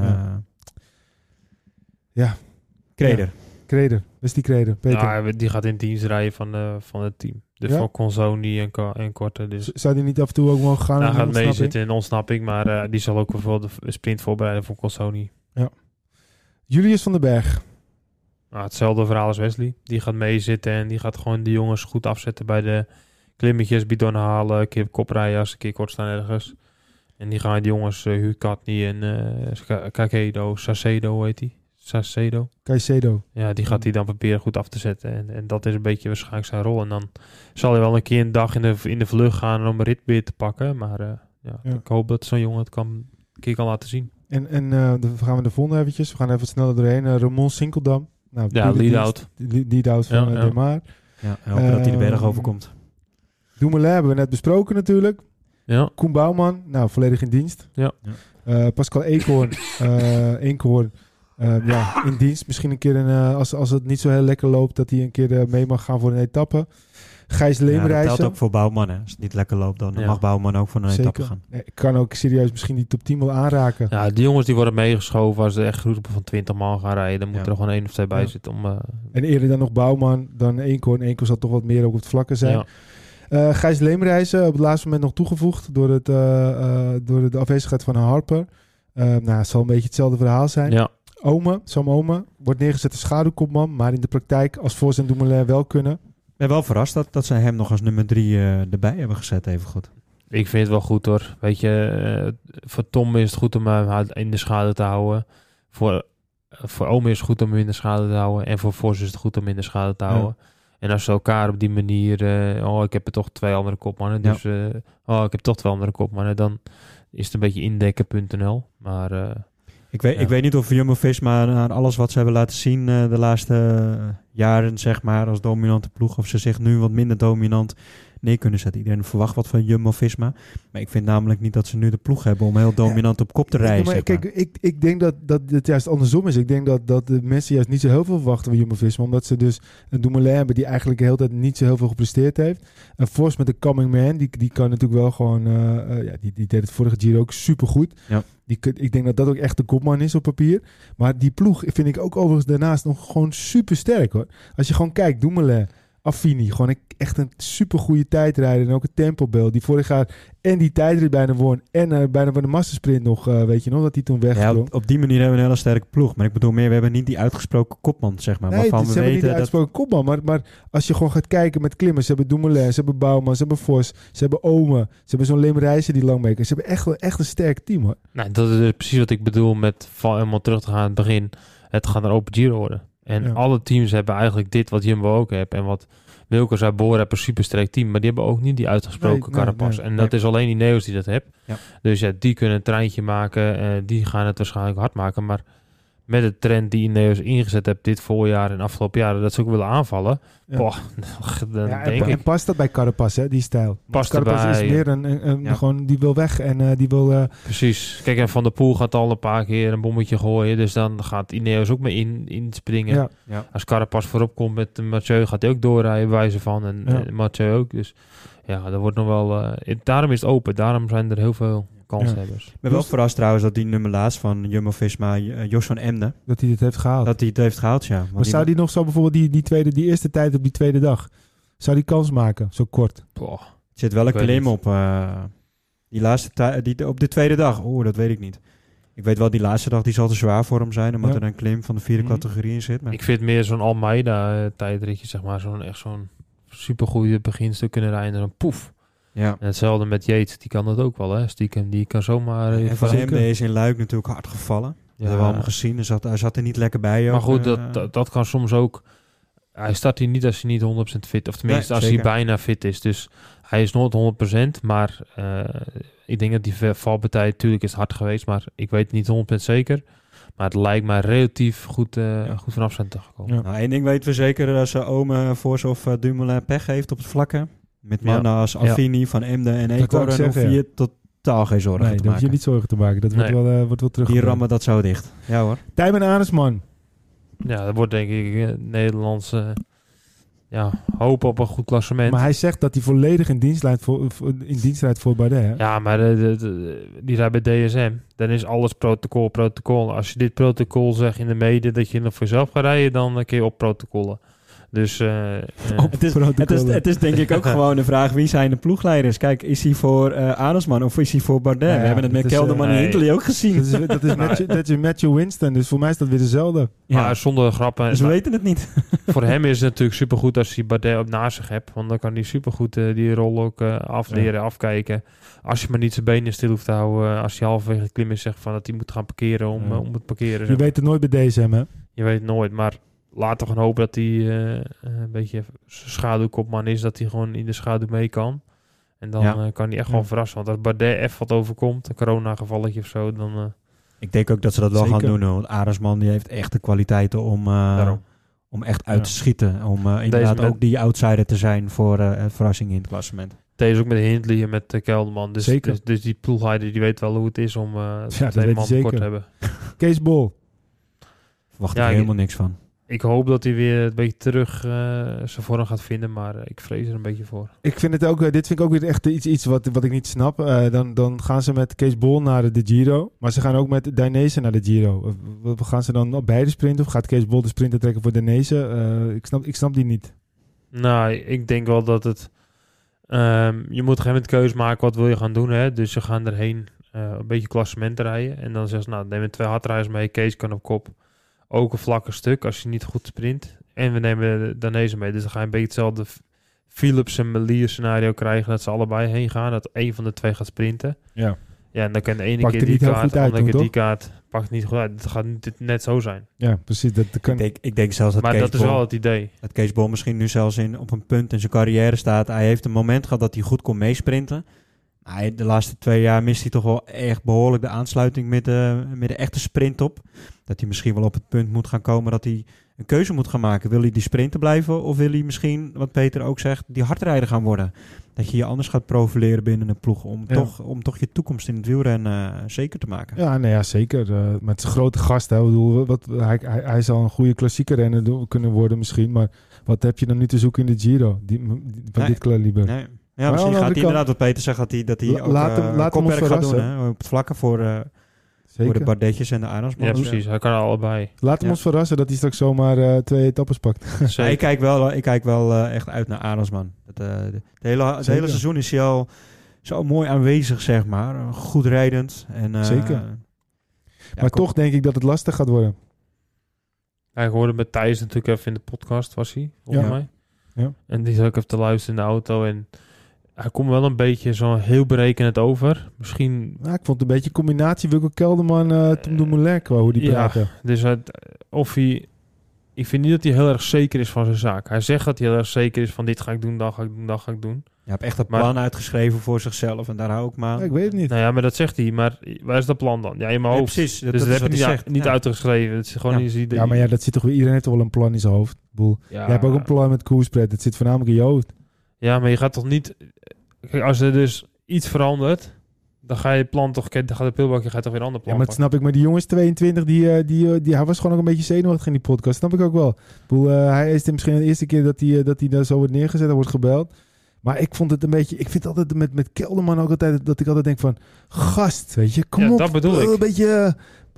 ja. Kreder. Kreder. Is die Kreder? Peter. Ja, die gaat in dienst rijden van het team. Dus van Consoni en Korte. Dus. Zou die niet af en toe ook mogen gaan? Hij gaat meezitten in ontsnapping, maar die zal ook bijvoorbeeld de sprint voorbereiden voor Consoni. Ja. Julius van den Berg. Nou, hetzelfde verhaal als Wesley. Die gaat meezitten en die gaat gewoon de jongens goed afzetten bij de klimmetjes, bidonnen halen, een keer op kop rijden als een keer kort staan ergens. En die gaan de jongens Huub Katni en Kakedo, Sacedo, hoe heet die? Caicedo. Ja, die gaat hij dan proberen goed af te zetten. En dat is een beetje waarschijnlijk zijn rol. En dan zal hij wel een keer een dag in de vlucht gaan om een ritbeer te pakken. Maar ik hoop dat zo'n jongen het een keer kan laten zien. En dan gaan we de volgende eventjes. We gaan even sneller doorheen. Ramon Sinkeldam. Nou, lead-out. Lead-out van De Maar. Ja, en hopen dat hij de berg overkomt. Dumoulin hebben we net besproken natuurlijk. Ja. Koen Bouwman, nou, volledig in dienst. Ja. Pascal Eenkhoorn. In dienst. Misschien een keer, als het niet zo heel lekker loopt, dat hij een keer mee mag gaan voor een etappe. Gijs Leemreizen. Dat telt ook voor Bouwman. Hè. Als het niet lekker loopt, dan mag Bouwman ook voor een etappe gaan. Kan ook serieus misschien die top 10 wel aanraken. Ja, die jongens die worden meegeschoven als ze echt groepen van 20 man gaan rijden. Dan moet er gewoon 1 of 2 bij zitten. En eerder dan nog Bouwman, dan Eenkhoorn. Eenkhoorn zal toch wat meer ook op het vlakke zijn. Ja. Gijs Leemreizen op het laatste moment nog toegevoegd door de afwezigheid van Harper. Het zal een beetje hetzelfde verhaal zijn. Ja. Sam Ome wordt neergezet als schaduwkopman, maar in de praktijk als Vos en Dumoulin wel kunnen. Ik ben wel verrast dat zij hem nog als nummer 3 erbij hebben gezet, even goed. Ik vind het wel goed hoor. Weet je, voor Tom is het goed om hem in de schade te houden. Voor Ome is het goed om hem in de schade te houden. En voor Vos is het goed om hem in de schade te houden. Ja. En als ze elkaar op die manier... ik heb er toch 2 andere kopmannen. Dus ik heb toch 2 andere kopmannen. is het een beetje indekken.nl. Maar Ik weet niet of Jumbo-Visma naar alles wat ze hebben laten zien de laatste jaren, zeg maar, als dominante ploeg, of ze zich nu wat minder dominant neer kunnen zetten. Iedereen verwacht wat van Jumbo-Visma. Maar ik vind namelijk niet dat ze nu de ploeg hebben om heel dominant op kop te rijden. Maar zeg maar. kijk, ik denk dat het juist andersom is. Ik denk dat de mensen juist niet zo heel veel verwachten van Jumbo-Visma. Omdat ze dus een Dumoulin hebben die eigenlijk de hele tijd niet zo heel veel gepresteerd heeft. Een Vos met de Coming Man, die kan natuurlijk wel gewoon... die deed het vorige Giro ook supergoed. Ja. Ik denk dat dat ook echt de kopman is op papier. Maar die ploeg vind ik ook overigens daarnaast nog gewoon super sterk, hoor. Als je gewoon kijkt, Dumoulin, Affini, gewoon echt een supergoeie tijdrijder en ook een tempobeeld. Die vorig jaar en die tijdrit bijna won en bijna van de massasprint nog, weet je nog, dat hij toen wegsprong. Ja, op die manier hebben we een hele sterke ploeg. Maar ik bedoel meer, we hebben niet die uitgesproken kopman, zeg maar. Nee, waarvan ze we hebben niet weten de uitgesproken kopman, maar als je gewoon gaat kijken met klimmers, ze hebben Dumoulin, ze hebben Bouwman, ze hebben Vos, ze hebben Ome, ze hebben zo'n Lim Reizen die lang meekomt. Ze hebben echt een sterk team, hoor. nou, dat is precies wat ik bedoel met van helemaal terug te gaan aan het begin. Het gaat een open Giro worden. En alle teams hebben eigenlijk dit wat Jumbo ook heeft en wat Wilco zei, Bora heeft een supersterk team, maar die hebben ook niet die uitgesproken Carapaz. En dat is alleen Ineos die dat heeft. Ja. Dus ja, die kunnen een treintje maken. Die gaan het waarschijnlijk hard maken. Maar met de trend die Ineos ingezet heeft dit voorjaar en afgelopen jaren, dat ze ook willen aanvallen. Ja. Boah, en past dat bij Carapaz, hè, die stijl? Past Carapaz erbij. Is meer gewoon, die wil weg en die wil... Precies. Kijk, en Van der Poel gaat al een paar keer een bommetje gooien. Dus dan gaat Ineos ook mee inspringen. Ja. Ja. Als Carapaz voorop komt met Mathieu, gaat hij ook doorrijden, wijze van. En Mathieu ook. Dus ja, dat wordt nog wel... daarom is het open. Daarom zijn er heel veel kanshebbers. Ik ben wel verrast trouwens dat die nummer laatst van Jumbo-Visma, Jos van Emden, dat hij het heeft gehaald. Dat hij het heeft gehaald, ja. Maar zou die nog zo bijvoorbeeld die eerste tijd op die tweede dag, zou die kans maken, zo kort? Boah. Er zit wel een klim op die laatste tijd, op de tweede dag. Dat weet ik niet. Ik weet wel, die laatste dag die zal te zwaar voor hem zijn, omdat er een klim van de vierde categorie in zit. Maar... Ik vind meer zo'n Almeida tijdritje, zeg maar, zo'n supergoeie beginstuk kunnen rijden en dan poef. Ja. En hetzelfde met Yates, die kan dat ook wel, hè. Stiekem, die kan zomaar... en van hem is in Luik natuurlijk hard gevallen. Ja. Dat hebben we allemaal gezien. Hij zat er niet lekker bij. Maar goed, dat kan soms ook... Hij start hier niet als hij niet 100% fit... Of tenminste, als hij bijna fit is. Dus hij is nooit 100%. Maar ik denk dat die valpartij... Natuurlijk is het hard geweest, maar ik weet het niet 100% zeker. Maar het lijkt mij relatief goed vanaf zijn te gekomen. Ja. Nou, één ding weten we zeker. Als Ome, Vos of Dumoulin pech heeft op het vlakke... Met mannen als Affini, Van Emden en Eekhoorn hoef je totaal geen zorgen te maken. Nee, hoef je niet zorgen te maken. Dat wordt wel terug. Die rammen dat zo dicht. Ja hoor. Tijmen Arendsman. Ja, dat wordt denk ik Nederlands hoop op een goed klassement. Maar hij zegt dat hij volledig in dienst rijdt voor Bardet. Hè? Ja, maar die rijdt bij DSM. Dan is alles protocol. Als je dit protocol zegt in de media dat je nog voor jezelf gaat rijden, dan kun je op protocollen. Dus het is denk ik ook gewoon de vraag, wie zijn de ploegleiders? Kijk, is hij voor Arendsman of is hij voor Bardet? We hebben het met Kelderman en Hindley ook gezien. Dat is Matthew Winston, dus voor mij is dat weer dezelfde. Ja. Maar zonder grappen. Dus we weten het niet. Voor hem is het natuurlijk supergoed als hij Bardet op naast zich hebt, want dan kan hij supergoed die rol ook afleren, afkijken. Als je maar niet zijn benen stil hoeft te houden, als hij halverwege het klim is zegt van dat hij moet gaan parkeren om het parkeren. Je weet het nooit bij DSM, hè? Je weet het nooit, maar laten we gaan hopen dat hij een beetje schaduwkopman is. Dat hij gewoon in de schaduw mee kan. En dan kan hij echt gewoon verrassen. Want als Bardet even wat overkomt, een coronagevalletje of zo, dan... Ik denk ook dat ze dat wel gaan doen. Want Arendsman die heeft echt de kwaliteiten om echt uit te schieten. Om inderdaad ook die outsider te zijn voor verrassing in het klassement. Deze ook met Hindley en met Kelderman. Dus, zeker. Dus die ploegleider die weet wel hoe het is om twee man kort te hebben. Kees Bol. Verwacht er helemaal niks van. Ik hoop dat hij weer een beetje terug zijn vorm gaat vinden, maar ik vrees er een beetje voor. Ik vind het ook, dit vind ik ook weer echt iets wat ik niet snap. Dan gaan ze met Kees Bol naar de Giro, maar ze gaan ook met Dainese naar de Giro. Gaan ze dan op beide sprinten of gaat Kees Bol de sprinter trekken voor Dainese? Ik snap die niet. Nou, ik denk wel dat het... je moet geen keuze maken, wat wil je gaan doen, hè? Dus ze gaan erheen een beetje klassement rijden en dan zeggen ze, nou, neem je 2 hardrijders mee, Kees kan op kop. Ook een vlakke stuk als je niet goed sprint. En we nemen Dainese mee. Dus dan ga je een beetje hetzelfde Philips en Melier scenario krijgen. Dat ze allebei heen gaan. Dat één van de 2 gaat sprinten. Ja, en dan kan de ene keer die kaart, de andere keer die kaart. Pakt niet goed uit. Het gaat net zo zijn. Ja, precies. Dat kan... ik denk zelfs dat maar Kees dat is wel het idee. Dat Kees Bol misschien nu zelfs op een punt in zijn carrière staat. Hij heeft een moment gehad dat hij goed kon meesprinten. De laatste 2 jaar mist hij toch wel echt behoorlijk de aansluiting met de echte sprint op. Dat hij misschien wel op het punt moet gaan komen dat hij een keuze moet gaan maken. Wil hij die sprinter blijven of wil hij misschien, wat Peter ook zegt, die hardrijder gaan worden? Dat je je anders gaat profileren binnen een ploeg om toch je toekomst in het wielrennen zeker te maken. Ja, zeker. Maar het is een grote gast. Hè. Ik bedoel, hij zal een goede klassieke renner kunnen worden misschien. Maar wat heb je dan nu te zoeken in de Giro? Van dit kaliber? Nee. Ja, misschien gaat hij inderdaad, wat Peter zegt, dat hij ook kopwerk gaat doen. Hè, op het vlakke voor de Bardetjes en de Arendsman. Ja, precies. Hij kan allebei. Laat hem ons verrassen dat hij straks zomaar 2 etappes pakt. Ik kijk wel echt uit naar Arendsman. Het hele seizoen is hij al zo mooi aanwezig, zeg maar. Goed rijdend. En, zeker. Maar toch denk ik dat het lastig gaat worden. Hij hoorde met Thijs natuurlijk even in de podcast, was hij, volgens mij. Ja. En die zat ik even te luisteren in de auto en hij komt wel een beetje zo heel berekenend over. Misschien... Ja, ik vond het een beetje een combinatie Wilco Kelderman, Tom Dumoulin, hoe die praten. Dus ik vind niet dat hij heel erg zeker is van zijn zaak. Hij zegt dat hij heel erg zeker is van dit ga ik doen, dat ga ik doen. Je hebt echt een plan uitgeschreven voor zichzelf en daar hou ik me aan. Ja, ik weet het niet. Nou ja, maar dat zegt hij. Maar waar is dat plan dan? Ja, in mijn hoofd. Precies. Dus dat heb je niet uitgeschreven. Het is gewoon maar dat zit toch weer... Iedereen heeft toch wel een plan in zijn hoofd. Jij hebt ook een plan met koerspread. Het zit voornamelijk in je hoofd. Ja, maar je gaat toch niet... Kijk, als er dus iets verandert... Dan ga je plan toch... Dan gaat de pilbakje toch weer een ander plan. Ja, maar dat snap ik. Maar die jongens 22, hij was gewoon ook een beetje zenuwachtig in die podcast. Snap ik ook wel. Hij is misschien de eerste keer dat hij daar zo wordt neergezet. Hij wordt gebeld. Maar ik vond het een beetje... Ik vind altijd met Kelderman ook altijd... Dat ik altijd denk van... Gast, weet je. Kom op. Dat bedoel ik. Een beetje...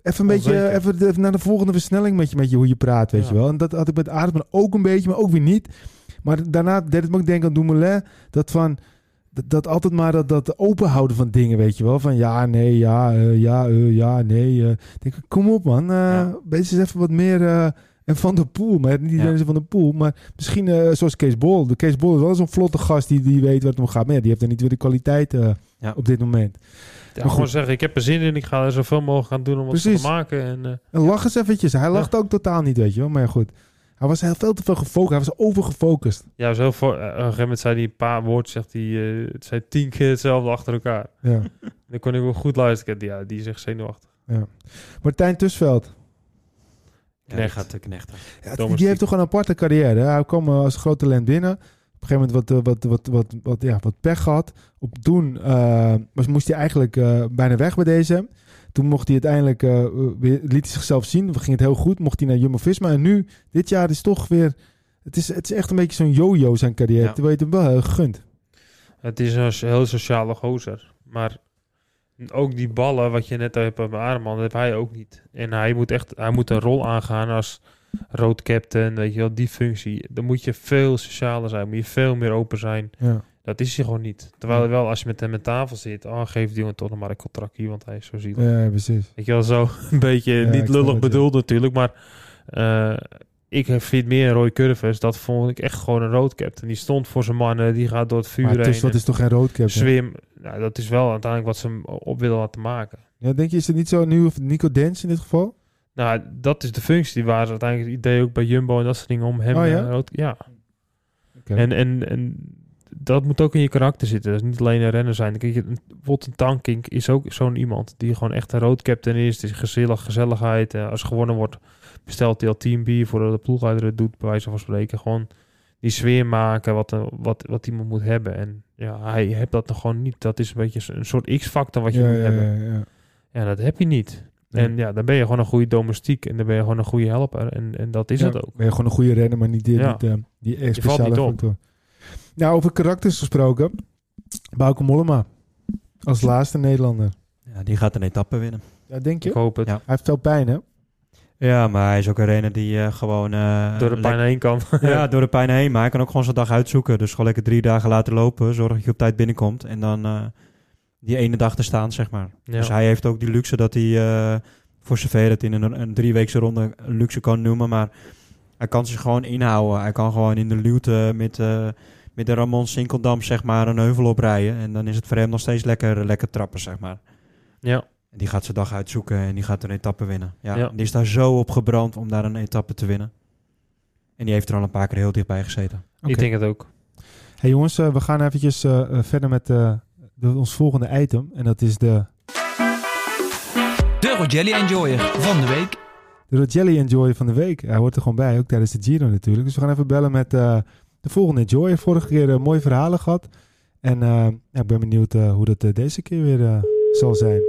Even naar de volgende versnelling met je hoe je praat, weet je wel. En dat had ik met Arendsman ook een beetje, maar ook weer niet. Maar daarna deed het me ook denken aan Dumoulin. Dat altijd maar dat openhouden van dingen, weet je wel. Van ja, nee, nee. Denk ik, kom op man. Wees eens even wat meer... en Van der Poel, maar niet iedereen is Van der Poel. Maar misschien zoals Kees Bol. De Kees Bol is wel zo'n vlotte gast die weet waar het om gaat. Maar ja, die heeft er niet weer de kwaliteit op dit moment. Ja, gewoon zeggen, ik heb er zin in. Ik ga er zoveel mogelijk aan doen om wat te maken. En lach eens eventjes. Hij lacht ook totaal niet, weet je wel. Maar ja, goed. Hij was veel te veel gefocust. Hij was overgefocust. Ja, op een gegeven moment zei hij een paar woorden. Zegt hij, het zei 10 keer hetzelfde achter elkaar. Ja. Dan kon ik wel goed luisteren. Ja, die is echt zenuwachtig. Ja. Martijn Tusveld. Ja, die gaat te knechten. Ja, die heeft toch een aparte carrière. Hè? Hij kwam als groot talent binnen. Op een gegeven moment wat pech gehad. Toen moest hij eigenlijk bijna weg bij DSM. Toen mocht hij uiteindelijk, liet hij zichzelf zien. Ging het heel goed. Mocht hij naar Jumbo-Visma. En nu, dit jaar is toch weer... Het is echt een beetje zo'n yo-yo zijn carrière. Ja. Terwijl je het hem wel heel gunt. Het is een heel sociale gozer. Maar ook die ballen, wat je net hebt bij Arendsman, dat heb hij ook niet. En hij moet een rol aangaan als road captain, weet je wel, die functie. Dan moet je veel socialer zijn, moet je veel meer open zijn. Ja. Dat is hij gewoon niet. Terwijl wel, als je met hem aan tafel zit, geef die jongen toch nog maar een contract hier, want hij is zo zielig. Ja, precies. Weet je wel, zo een beetje niet lullig bedoeld natuurlijk, maar ik vind meer Roy Curvers, dat vond ik echt gewoon een road captain. Die stond voor zijn mannen, die gaat door het vuur heen. Dus dat is toch geen road captain? Zwim, nou, dat is wel uiteindelijk wat ze hem op willen laten maken. Ja, denk je, is het niet zo nu of Nico Dens in dit geval? Nou, dat is de functie. Die waren uiteindelijk het idee ook bij Jumbo en dat soort dingen om hem... Okay. En dat moet ook in je karakter zitten. Dat is niet alleen een renner zijn. Bijvoorbeeld een Tankink is ook zo'n iemand die gewoon echt een road captain is. Het is gezelligheid. Als gewonnen wordt, bestelt hij al teambier voordat de ploegleider het doet, bij wijze van spreken. Gewoon die sfeer maken wat iemand moet hebben. En ja, hij heeft dat nog gewoon niet. Dat is een beetje een soort X-factor wat je moet hebben. Ja, dat heb je niet. Ja. En ja, dan ben je gewoon een goede domestiek en dan ben je gewoon een goede helper. En dat is het ook. Ben je gewoon een goede renner, maar niet die speciale factor. Nou, over karakters gesproken. Bauke Mollema. Als laatste Nederlander. Ja, die gaat een etappe winnen. Ja, denk je? Ik hoop het. Ja. Hij heeft veel pijn, hè? Ja, maar hij is ook een renner die gewoon... door de pijn heen kan. Ja, door de pijn heen. Maar hij kan ook gewoon zijn dag uitzoeken. Dus gewoon lekker 3 dagen laten lopen. Zorg dat je op tijd binnenkomt. En dan die ene dag te staan, zeg maar. Ja. Dus hij heeft ook die luxe dat hij... voor zover het in een 3-weekse ronde luxe kan noemen. Maar hij kan zich gewoon inhouden. Hij kan gewoon in de luwte met de Ramon Sinkeldam, zeg maar, een heuvel oprijden. En dan is het voor hem nog steeds lekker trappen, zeg maar. Ja. En die gaat zijn dag uitzoeken en die gaat een etappe winnen. Ja. Die is daar zo op gebrand om daar een etappe te winnen. En die heeft er al een paar keer heel dichtbij gezeten. Okay. Ik denk het ook. Hey jongens, we gaan eventjes verder met ons volgende item. En dat is de Rogelli Enjoyer van de week. De Rogelli Enjoyer van de week. Hij hoort er gewoon bij, ook tijdens de Giro natuurlijk. Dus we gaan even bellen met de volgende Enjoyer. Vorige keer mooie verhalen gehad. En ik ben benieuwd hoe dat deze keer weer zal zijn.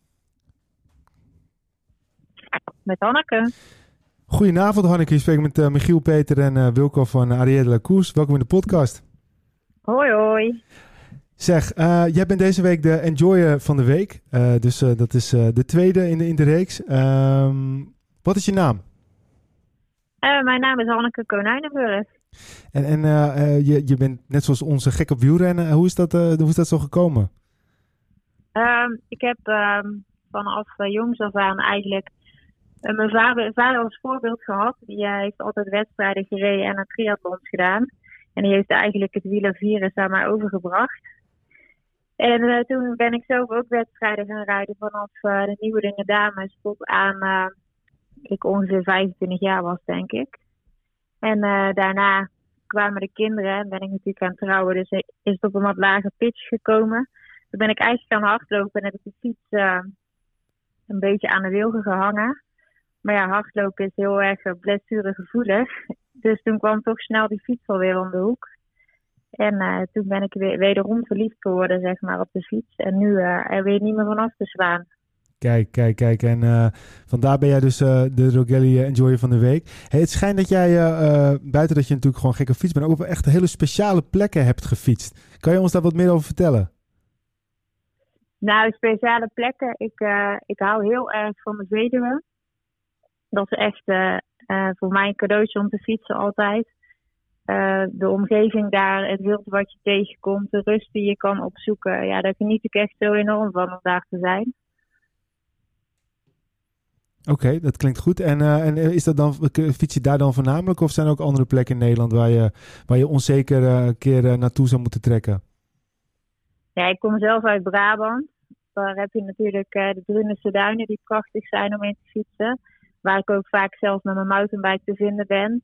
Met Hanneke. Goedenavond Hanneke, je spreekt met Michiel, Peter en Wilco van Arrière de la Course. Welkom in de podcast. Hoi hoi. Zeg, jij bent deze week de Enjoyer van de week. Dus dat is de tweede in de reeks. Wat is je naam? Mijn naam is Hanneke Konijnenburg. En je bent net zoals onze gek op wielrennen. Hoe is dat zo gekomen? Ik heb vanaf jongs af aan eigenlijk mijn vader als voorbeeld gehad. Die heeft altijd wedstrijden gereden en een triathlons gedaan. En die heeft eigenlijk het wielervirus aan mij overgebracht. En toen ben ik zelf ook wedstrijden gaan rijden vanaf de Nieuwe Dingen Dames tot aan ik ongeveer 25 jaar was, denk ik. En daarna kwamen de kinderen en ben ik natuurlijk aan het trouwen. Dus is het op een wat lage pitch gekomen. Toen ben ik eigenlijk gaan hardlopen en heb ik de fiets een beetje aan de wilgen gehangen. Maar ja, hardlopen is heel erg blessuregevoelig. Dus toen kwam toch snel die fiets alweer om de hoek. En toen ben ik wederom verliefd geworden, zeg maar, op de fiets. En nu er weer niet meer vanaf te slaan. Kijk. En vandaar ben jij dus de Rogelli Enjoyer van de week. Hey, het schijnt dat jij, buiten dat je natuurlijk gewoon gek op fiets bent, ook op echt hele speciale plekken hebt gefietst. Kan je ons daar wat meer over vertellen? Nou, speciale plekken. Ik hou heel erg van de Veluwe. Dat is echt voor mij een cadeautje om te fietsen altijd. De omgeving daar, het wild wat je tegenkomt, de rust die je kan opzoeken. Ja, daar geniet ik echt zo enorm van om daar te zijn. Oké, dat klinkt goed. En is dat dan, fiets je daar dan voornamelijk of zijn er ook andere plekken in Nederland waar je onzeker een keer naartoe zou moeten trekken? Ja, ik kom zelf uit Brabant. Daar heb je natuurlijk de Drunense Duinen die prachtig zijn om in te fietsen. Waar ik ook vaak zelf met mijn mountainbike te vinden ben.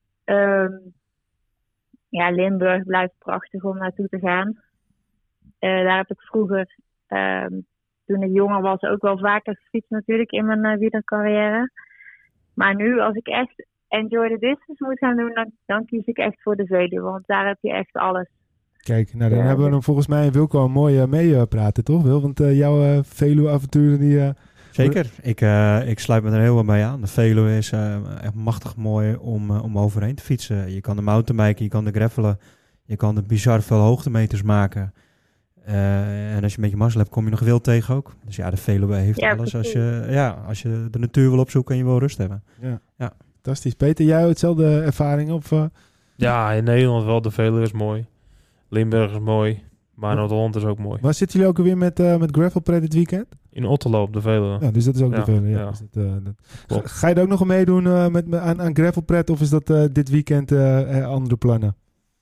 Ja, Limburg blijft prachtig om naartoe te gaan. Daar heb ik vroeger, toen ik jonger was, ook wel vaker gefietst natuurlijk in mijn wielercarrière. Maar nu, als ik echt enjoy the distance moet gaan doen, dan kies ik echt voor de Veluwe. Want daar heb je echt alles. Kijk, nou dan hebben we hem volgens mij Wilco een mooi mee praten, toch Wil? Want jouw Veluwe-avonturen die... Zeker, ik sluit me er heel wat bij aan. De Veluwe is echt machtig mooi om overheen te fietsen. Je kan de mountainbiken, je kan de gravelen, je kan er bizar veel hoogtemeters maken. En als je een beetje mazzel hebt, kom je nog wild tegen ook. Dus ja, de Veluwe heeft alles als je de natuur wil opzoeken en je wil rust hebben. Ja. Fantastisch. Peter, jij hetzelfde ervaring? Of? Ja, in Nederland wel. De Veluwe is mooi. Limburg is mooi. Maar Noord-Holland is ook mooi. Waar zitten jullie ook weer met gravelpret dit weekend? In Otterlo op de Veluwe. Ja, dus dat is ook de Veluwe. Ja. Dus ga je er ook nog meedoen aan gravelpret of is dat dit weekend andere plannen?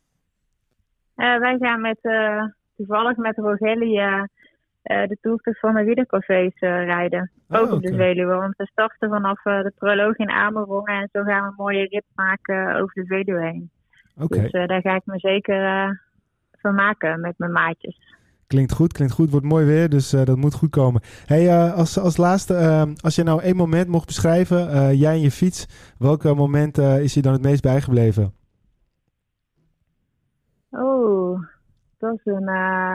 Wij gaan toevallig met Rogelli de toertocht van de wielercafés rijden. Ook op de Veluwe. Want we starten vanaf de proloog in Amerongen en zo gaan we een mooie rit maken over de Veluwe heen. Okay. Dus daar ga ik me zeker vermaken met mijn maatjes. Klinkt goed. Wordt mooi weer, dus dat moet goed komen. Hey, als laatste, als je nou één moment mocht beschrijven, jij en je fiets, welk moment is je dan het meest bijgebleven? Oh, dat is een...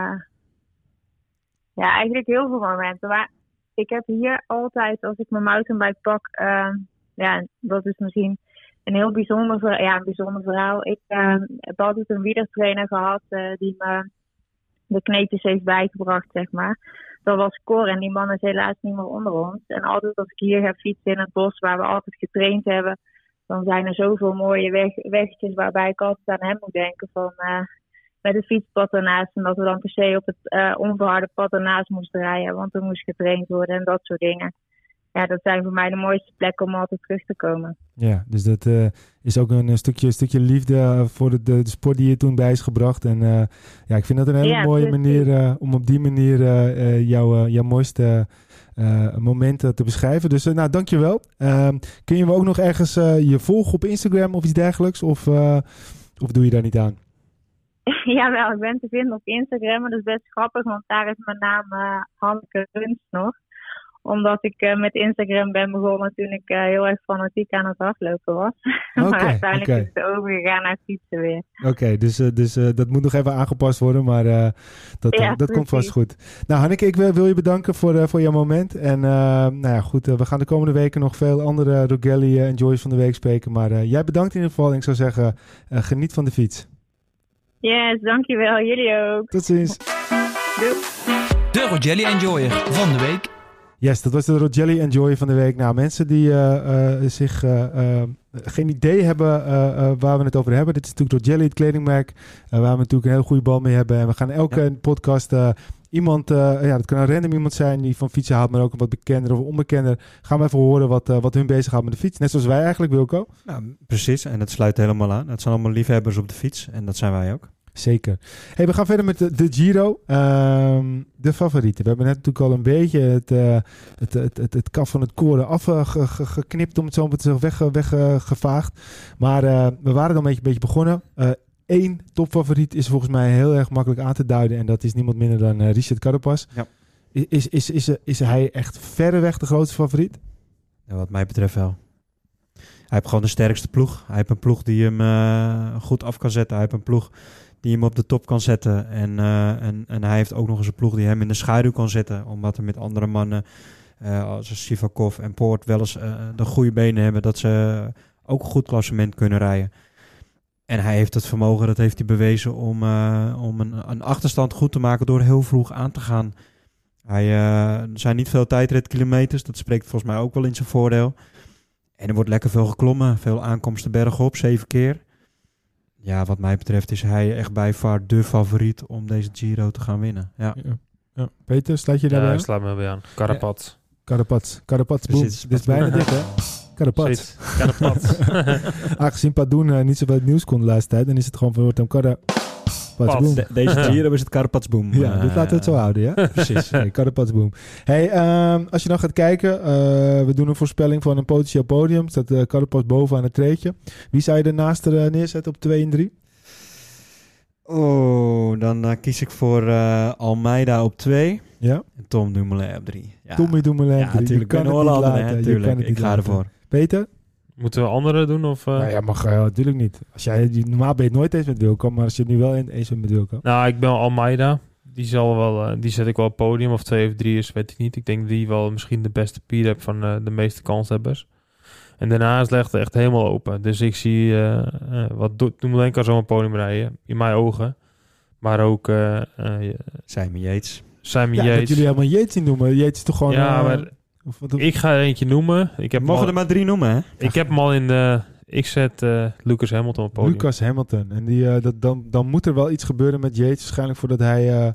Ja, eigenlijk heel veel momenten. Maar ik heb hier altijd, als ik mijn mountainbike pak... ja, dat is misschien een heel bijzonder verhaal. Ik heb altijd een wielertrainer gehad die me de kneepjes heeft bijgebracht, zeg maar. Dat was Cor en die man is helaas niet meer onder ons. En altijd als ik hier ga fietsen in het bos waar we altijd getraind hebben, dan zijn er zoveel mooie weggetjes waarbij ik altijd aan hem moet denken van met het fietspad ernaast. En dat we dan per se op het onverharde pad ernaast moesten rijden, want er moest getraind worden en dat soort dingen. Ja, dat zijn voor mij de mooiste plekken om altijd terug te komen. Ja, dus dat is ook een stukje liefde voor de sport die je toen bij is gebracht. En ja, ik vind dat een hele mooie manier om op die manier jouw mooiste momenten te beschrijven. Dus nou, dankjewel. Kun je me ook nog ergens je volgen op Instagram of iets dergelijks? Of doe je daar niet aan? Jawel, ik ben te vinden op Instagram. En dat is best grappig, want daar is mijn naam Hanneke Runst nog. Omdat ik met Instagram ben begonnen toen ik heel erg fanatiek aan het hardlopen was. Maar uiteindelijk is het overgegaan naar fietsen weer. Oké, dus dat moet nog even aangepast worden, maar dat komt vast goed. Nou Hanneke, ik wil je bedanken voor jouw moment. En we gaan de komende weken nog veel andere Rogelli en Joyce van de week spreken. Maar jij bedankt in ieder geval en ik zou zeggen, geniet van de fiets. Yes, dankjewel. Jullie ook. Tot ziens. Doei. De Rogelli Enjoyer van de week. Yes, dat was de Rogelli Enjoyer van de week. Nou, mensen die zich geen idee hebben waar we het over hebben. Dit is natuurlijk Rogelli, het kledingmerk, waar we natuurlijk een heel goede bal mee hebben. En we gaan elke podcast iemand, dat kan een random iemand zijn die van fietsen houdt, maar ook een wat bekender of onbekender. Gaan we even horen wat hun bezighoudt met de fiets. Net zoals wij eigenlijk, Wilco. Nou, precies, en dat sluit helemaal aan. Het zijn allemaal liefhebbers op de fiets en dat zijn wij ook. Zeker. Hey, we gaan verder met de Giro. De favorieten. We hebben net natuurlijk al een beetje het kaf van het koren afgeknipt, om het zo maar te zeggen, weggevaagd. Maar we waren dan een beetje begonnen. Eén topfavoriet is volgens mij heel erg makkelijk aan te duiden. En dat is niemand minder dan Richard Carapaz. Ja. Is hij echt verreweg de grootste favoriet? Ja, wat mij betreft wel. Hij heeft gewoon de sterkste ploeg. Hij heeft een ploeg die hem goed af kan zetten. Hij heeft een ploeg die hem op de top kan zetten. En hij heeft ook nog eens een ploeg die hem in de schaduw kan zetten. Omdat er met andere mannen, als Sivakov en Poort, wel eens de goede benen hebben. Dat ze ook een goed klassement kunnen rijden. En hij heeft het vermogen, dat heeft hij bewezen, om een achterstand goed te maken door heel vroeg aan te gaan. Er zijn niet veel tijdritkilometers. Dat spreekt volgens mij ook wel in zijn voordeel. En er wordt lekker veel geklommen. Veel aankomsten bergop, 7 keer. Ja, wat mij betreft is hij echt bij far de favoriet om deze Giro te gaan winnen. Ja. Peter, sluit je daarbij aan? Ja, ik sluit me bij aan. Carapaz. Carapaz, boem. Dit is bijna dit, hè? Carapaz. Aangezien Padoen niet zoveel nieuws kon de laatste tijd, dan is het gewoon van Carapaz. Deze Giro is het Carapaz boom. Ja, dit laten we het zo houden, ja? Precies. Nee, Carapaz boom. Hey, als je dan gaat kijken, we doen een voorspelling van een potentieel podium. Staat Carapaz boven aan het treedje. Wie zou je ernaast neerzetten op 2 en 3? Oh, dan kies ik voor Almeida op 2. Ja. En Tom Dumoulin op 3. Ja. Tommy Dumoulin op 3. Natuurlijk. Ik ben Hollander, natuurlijk. Ik ga ervoor. Peter? Moeten we andere doen? Of, Nou ja, mag natuurlijk niet. Normaal ben je het nooit eens met Wilco, maar als je het nu wel eens bent met Wilco. Nou, ik ben Almeida. Die zet ik wel op podium. Of 2 of 3 is, weet ik niet. Ik denk dat die wel misschien de beste pier heeft van de meeste kanshebbers. En daarnaast legt het echt helemaal open. Dus ik zie Dumoulin kan zo'n podium rijden. In mijn ogen. Maar ook Simon Yates. Simon Yates. Dat jullie helemaal Yates niet noemen. Yates is toch gewoon... Ja, maar ik ga er eentje noemen. Mogen er maar 3 noemen, hè? Ik heb hem al in de... Ik zet Lucas Hamilton op podium. Lucas Hamilton. En dan moet er wel iets gebeuren met Yates. Waarschijnlijk voordat hij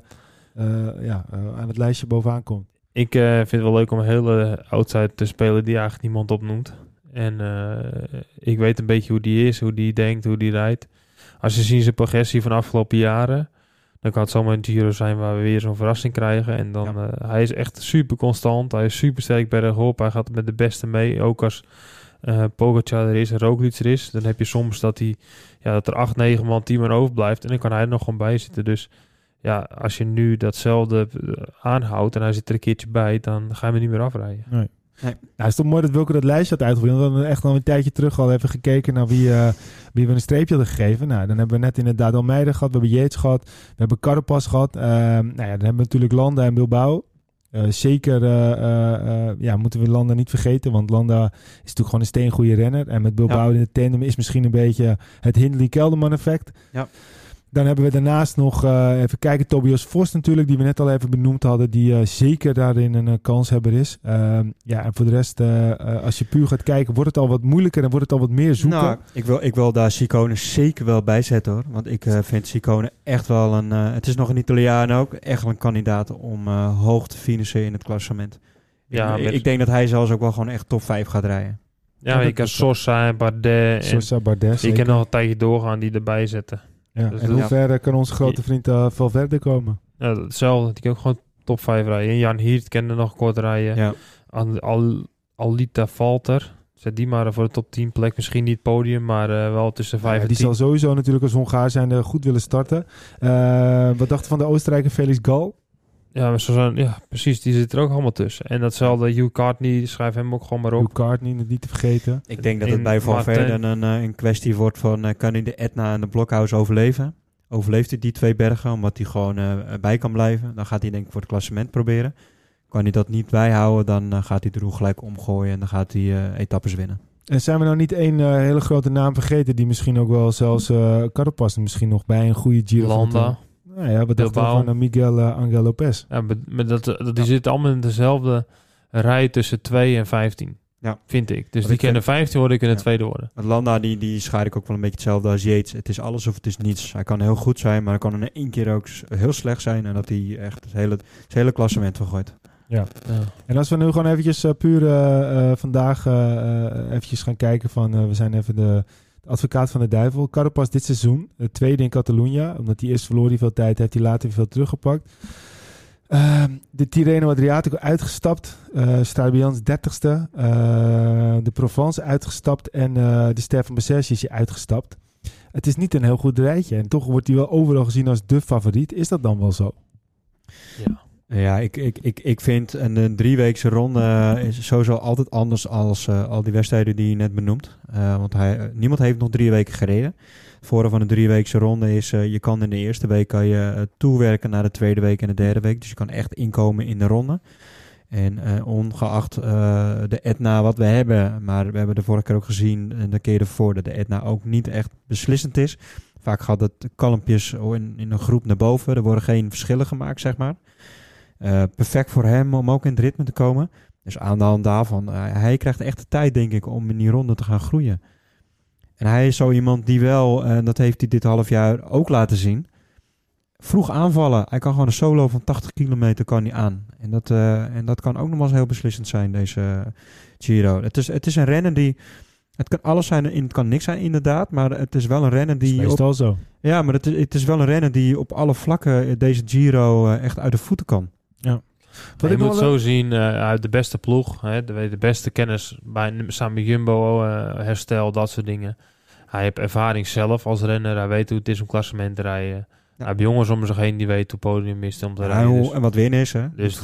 aan het lijstje bovenaan komt. Ik vind het wel leuk om een hele outsider te spelen die eigenlijk niemand opnoemt. En ik weet een beetje hoe die is, hoe die denkt, hoe die rijdt. Als je ziet zijn progressie van de afgelopen jaren, dan kan het zomaar een Giro zijn waar we weer zo'n verrassing krijgen. En dan, hij is echt super constant. Hij is super sterk bergop. Hij gaat met de beste mee. Ook als Pogacar er is en Roglic er is, dan heb je soms dat er 8, 9 man 10 man overblijft. En dan kan hij er nog gewoon bij zitten. Dus ja, als je nu datzelfde aanhoudt en hij zit er een keertje bij, dan ga je hem niet meer afrijden. Nee. Nou, het is toch mooi dat Wilco dat lijstje had uitgevoerd. We hebben echt al een tijdje terug al even gekeken naar wie we een streepje hadden gegeven. Nou, dan hebben we net inderdaad Almeida gehad, we hebben Yates gehad, we hebben Carapaz gehad. Dan hebben we natuurlijk Landa en Bilbao. Zeker moeten we Landa niet vergeten, want Landa is natuurlijk gewoon een steengoede renner. En met Bilbao in de tandem is misschien een beetje het Hindley-Kelderman effect. Ja. Dan hebben we daarnaast nog, even kijken, Tobias Vos natuurlijk, die we net al even benoemd hadden, die zeker daarin een kanshebber is. En voor de rest, als je puur gaat kijken, wordt het al wat moeilijker en wordt het al wat meer zoeken. Nou, ik wil daar Ciccone zeker wel bij zetten, hoor. Want ik vind Ciccone echt wel het is nog een Italiaan ook, echt wel een kandidaat om hoog te finishen in het klassement. Ja, ik denk dat hij zelfs ook wel gewoon echt top 5 gaat rijden. Ja, je kan Sosa en Bardet. Je kan nog een tijdje doorgaan die erbij zetten. Ja, dus en hoe ver kan onze grote vriend Valverde komen? Ja, hetzelfde. Die kan ook gewoon top 5 rijden. En Jan Hiert kende nog kort rijden. Ja. Alita Valter. Zet die maar voor de top 10 plek. Misschien niet podium, maar wel tussen 5 en 10. Die zal sowieso natuurlijk als Hongaar zijn goed willen starten. Wat dacht je van de Oostenrijker Felix Gall? Ja, maar precies. Die zit er ook allemaal tussen. En datzelfde Hugh Cartney, schrijf hem ook gewoon maar op. Hugh Cartney, niet te vergeten. Ik denk dat het bij Van Verden een kwestie wordt van... kan hij de Etna en de Blokhuis overleven? Overleeft hij die 2 bergen, omdat hij gewoon bij kan blijven? Dan gaat hij denk ik voor het klassement proberen. Kan hij dat niet bijhouden, dan gaat hij de roe gelijk omgooien... en dan gaat hij etappes winnen. En zijn we nou niet één hele grote naam vergeten... die misschien ook wel zelfs Carapaz misschien nog bij een goede Giro... Landa. Nou ja, wat dacht je van Miguel Angel Lopez? Ja, die zitten allemaal in dezelfde rij tussen 2 en 15. Ja. Vind ik. Dus die kunnen 15 worden, kunnen tweede worden. Want Landa, die schaar ik ook wel een beetje hetzelfde als Yates. Het is alles of het is niets. Hij kan heel goed zijn, maar hij kan in één keer ook heel slecht zijn. En dat hij echt het hele klassement vergooit. Ja. En als we nu gewoon eventjes puur vandaag eventjes gaan kijken van... we zijn even de advocaat van de duivel. Carapaz dit seizoen, de tweede in Catalunya. Omdat hij eerst verloor hij veel tijd, heeft hij later weer veel teruggepakt. De Tirreno Adriatico uitgestapt. Strabians 30ste. De Provence uitgestapt. En de Ster van Bessèges is uitgestapt. Het is niet een heel goed rijtje. En toch wordt hij wel overal gezien als de favoriet. Is dat dan wel zo? Ja. Ja, ik vind een 3-weekse ronde is sowieso altijd anders als al die wedstrijden die je net benoemt. Want niemand heeft nog 3 weken gereden. Het voordeel van een 3-weekse ronde is, je kan in de eerste week kan je toewerken naar de tweede week en de derde week. Dus je kan echt inkomen in de ronde. En ongeacht de Etna wat we hebben, maar we hebben de vorige keer ook gezien en de keer ervoor dat de Etna ook niet echt beslissend is. Vaak gaat het kalmpjes in een groep naar boven. Er worden geen verschillen gemaakt, zeg maar. Perfect voor hem om ook in het ritme te komen. Dus aan de hand daarvan, hij krijgt echt de tijd, denk ik, om in die ronde te gaan groeien. En hij is zo iemand die wel, en dat heeft hij dit half jaar ook laten zien, vroeg aanvallen. Hij kan gewoon een solo van 80 kilometer kan hij aan. En dat kan ook nog wel eens heel beslissend zijn, deze Giro. Het is een renner die... Het kan alles zijn en het kan niks zijn, inderdaad. Maar het is wel een renner die... Meestal zo. Ja, maar het is wel een renner die op alle vlakken deze Giro echt uit de voeten kan. Ja. Je moet zo zien, uit de beste ploeg, de beste kennis bij samen Jumbo, herstel, dat soort dingen. Hij heeft ervaring zelf als renner, hij weet hoe het is om klassement te rijden. Ja. Hij heeft jongens om zich heen die weten hoe podium is om te rijden. Dus, en wat winnen is, hè? Dus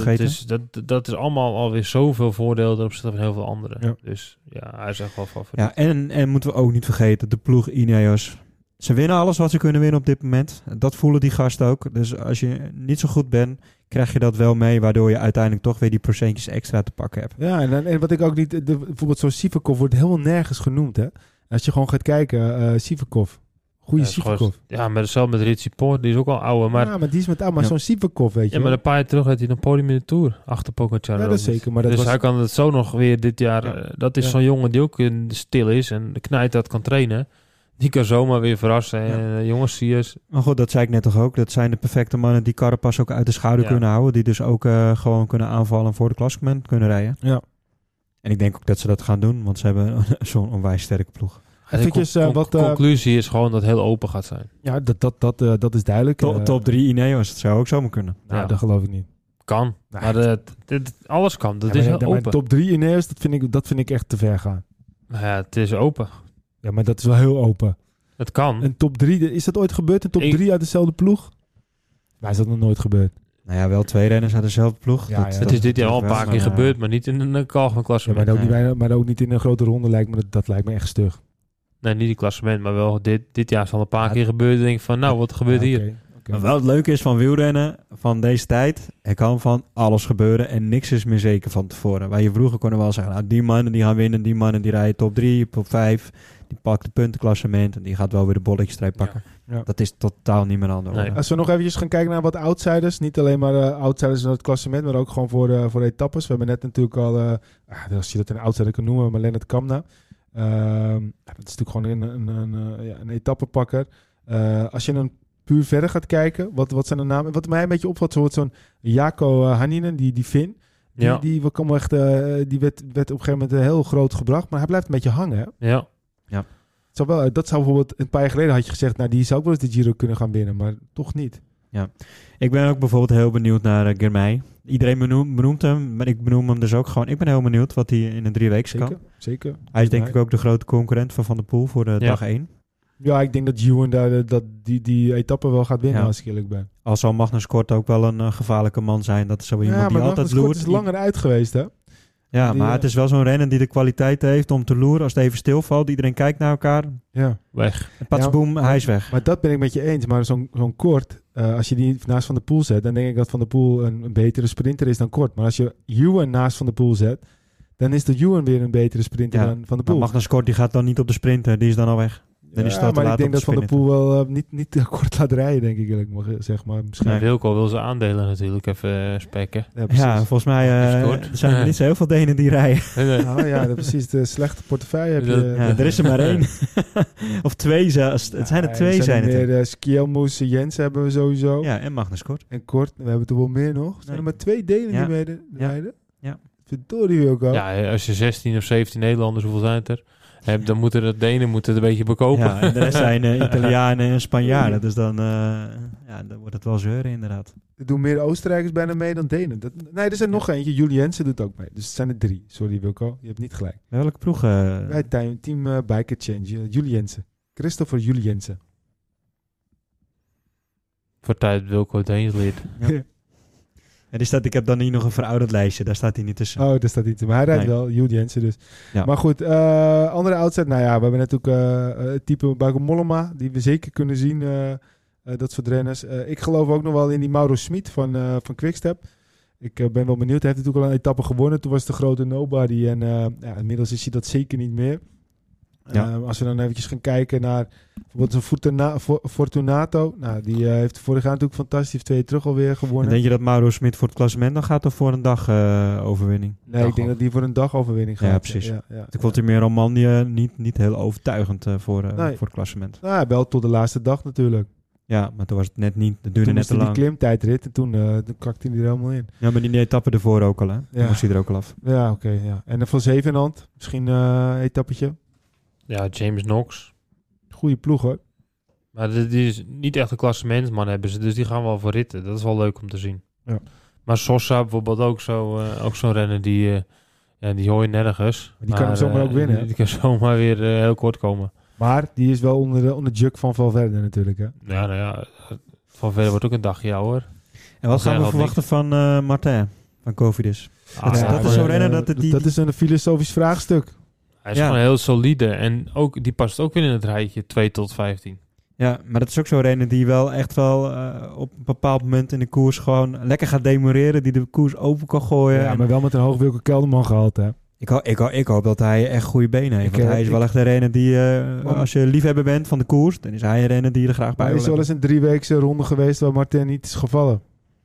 dat is allemaal alweer zoveel voordeel ten opzichte van heel veel anderen. Ja. Dus ja, hij is echt wel favoriet. Ja, en moeten we ook niet vergeten, de ploeg Ineos. Ze winnen alles wat ze kunnen winnen op dit moment. Dat voelen die gasten ook. Dus als je niet zo goed bent, krijg je dat wel mee, waardoor je uiteindelijk toch weer die procentjes extra te pakken hebt. Ja, en wat ik ook niet... bijvoorbeeld zo'n Sivakov wordt helemaal nergens genoemd, hè? Als je gewoon gaat kijken, Sivakov. Goeie Sivakov. Ja, maar zelfs met Ritchie Poort, die is ook al ouder. Maar, ja, maar die is met ouder. Maar zo'n Sivakov, weet je. Ja, maar een paar jaar terug had hij een podium in de Tour. Achter Pogacar. Ja, dat is zeker. Maar dat dus hij kan het zo nog weer dit jaar... Ja. Dat is zo'n jongen die ook stil is en de knijt dat kan trainen. Die kan zomaar weer verrassen. En jongens, zie je. Maar goed, dat zei ik net toch ook. Dat zijn de perfecte mannen die Carapaz ook uit de schouder kunnen houden. Die dus ook gewoon kunnen aanvallen en voor de klassement kunnen rijden. Ja. En ik denk ook dat ze dat gaan doen, want ze hebben zo'n onwijs sterke ploeg. De conclusie is gewoon dat het heel open gaat zijn. Ja, dat is duidelijk. Top 3 Ineos, dat zou ook zomaar kunnen. Nou, dat geloof ik niet. Kan. Maar alles kan. Dat is heel open. Top 3 Ineos, dat vind ik echt te ver gaan. Nou ja, het is open. Ja, maar dat is wel heel open. Het kan. Een top 3, is dat ooit gebeurd? Een top 3 uit dezelfde ploeg? Maar is dat nog nooit gebeurd? Nou ja, wel 2 renners uit dezelfde ploeg. Ja, het is dit jaar al een paar keer gebeurd, maar niet in een klassement. Ja, maar ook niet in een grote ronde lijkt me, dat lijkt me echt stug. Nee, niet die klassement, maar wel dit jaar is al een paar keer gebeurd. En denk ik van, nou, wat gebeurt hier? Okay. Maar wel het leuke is van wielrennen van deze tijd, er kan van alles gebeuren en niks is meer zeker van tevoren. Waar je vroeger kon wel zeggen, nou, die mannen die gaan winnen, die mannen die rijden top 3, top 5, die pakt de puntenklassement en die gaat wel weer de bolletjesstreep pakken. Ja. Dat is totaal niet meer aan de orde. Nee. Als we nog eventjes gaan kijken naar wat outsiders, niet alleen maar outsiders in het klassement, maar ook gewoon voor de etappes. We hebben net natuurlijk al, als je dat een outsider kan noemen, maar Lennart Kamna. Dat is natuurlijk gewoon een etappepakker. Als je een puur verder gaat kijken, wat zijn de namen? Wat mij een beetje opvalt, zo'n Jaakko Haninen, die Finn. Die werd op een gegeven moment heel groot gebracht, maar hij blijft een beetje hangen. Hè? Ja. Dat zou bijvoorbeeld, een paar jaar geleden had je gezegd, nou die zou ook wel eens de Giro kunnen gaan winnen, maar toch niet. Ik ben ook bijvoorbeeld heel benieuwd naar Girmay. Iedereen benoemt hem, maar ik benoem hem dus ook gewoon. Ik ben heel benieuwd wat hij in een 3 weken kan. Zeker. Hij is denk ik ook de grote concurrent van Van der Poel voor de dag 1. Ja, ik denk dat Ewan daar die etappe wel gaat winnen, als ik eerlijk ben. Al zal Magnus Kort ook wel een gevaarlijke man zijn. Dat is zo iemand die altijd loert. Kort is langer uit geweest, hè? Ja, maar het is wel zo'n renner die de kwaliteit heeft om te loeren. Als het even stilvalt, iedereen kijkt naar elkaar. Ja. Weg. Patsboom, hij is weg. Maar dat ben ik met je eens. Maar zo'n Kort, als je die naast Van der Poel zet, dan denk ik dat Van der Poel een betere sprinter is dan Kort. Maar als je Ewan naast Van der Poel zet, dan is de Ewan weer een betere sprinter dan Van der Poel. Maar Magnus Kort die gaat dan niet op de sprinter, die is dan al weg. Maar ik denk dat Van der Poel wel niet Kort laat rijden, denk ik eerlijk zeg maar. Misschien Wilco wil zijn aandelen natuurlijk even spekken. Ja, volgens mij zijn er niet zo heel veel Denen die rijden. Precies. De slechte portefeuille heb je. Er is er maar 1. Of 2 zelfs. Het zijn er 2 zijn het. Meer Skjelmoes, Jens hebben we sowieso. Ja, en Magnus Kort. En Kort, we hebben er wel meer nog. Zijn er maar 2 Denen die rijden? Ja. Verdorie Wilco. Ja, als je 16 of 17 Nederlanders, hoeveel zijn het er? Dan moeten de Denen het een beetje bekopen. Ja, en de rest zijn Italianen en Spanjaarden. Dus dan wordt het wel zeuren inderdaad. Er doen meer Oostenrijkers bijna mee dan Denen. Nee, er zijn nog eentje. Julie Jensen doet ook mee. Dus het zijn er 3. Sorry Wilco, je hebt niet gelijk. Welke ploeg? Bij team Biker Change. Julie Jensen. Christopher Julie Jensen. Voor tijd Wilco Deens leert. Ja. En ik heb dan hier nog een verouderd lijstje. Daar staat hij niet tussen. Oh, daar staat niet tussen. Maar hij rijdt wel. Jules Jensen dus. Ja. Maar goed, andere outside. Nou ja, we hebben natuurlijk het type Bauke Mollema. Die we zeker kunnen zien. Dat soort renners. Ik geloof ook nog wel in die Mauro Smit van Quickstep. Ik ben wel benieuwd. Hij heeft natuurlijk al een etappe gewonnen. Toen was het de grote nobody. En inmiddels is hij dat zeker niet meer. Ja. Als we dan eventjes gaan kijken naar bijvoorbeeld een Fortunato. Nou, die heeft vorig jaar natuurlijk fantastisch. Die heeft 2 terug alweer gewonnen. En denk je dat Mauro Smit voor het klassement dan gaat of voor een dag overwinning? Nee, ik denk dat die voor een dag overwinning gaat. Ja, precies. Ik vond hij meer een man die niet heel overtuigend voor het klassement. Nou, wel tot de laatste dag natuurlijk. Ja, maar toen was het net niet. Dat duurde net te lang. Die klimtijdrit en toen kakte hij er helemaal in. Ja, maar die etappe ervoor ook al, hè? Dan moest hij er ook al af. Ja, oké. En dan van Zevenand, misschien etappetje. Ja, James Knox. Goeie ploeg, hoor. Maar die is niet echt een klassementsman hebben ze, dus die gaan wel voor ritten. Dat is wel leuk om te zien. Ja. Maar Sosa bijvoorbeeld ook zo'n renner die hoor je nergens. Die kan hem zomaar ook winnen. Die kan zomaar weer heel kort komen. Maar die is wel onder juk van Valverde natuurlijk, hè? Ja, nou ja. Valverde wordt ook een dagje ouder. En wat gaan we verwachten van Martin, van Cofidis? Dat is zo'n renner dat is een filosofisch vraagstuk. Hij is gewoon heel solide. En die past ook weer in het rijtje 2 tot 15. Ja, maar dat is ook zo'n renner die wel echt wel op een bepaald moment in de koers gewoon lekker gaat demoreren. Die de koers open kan gooien. Ja, maar wel met een hoog Wilco Kelderman gehaald, hè? Ik hoop dat hij echt goede benen heeft. Want hij is wel echt een renner die, als je liefhebber bent van de koers, dan is hij een renner die je er graag bij wil. Hij is wel eens een 3-weekse ronde geweest waar Martin niet is gevallen.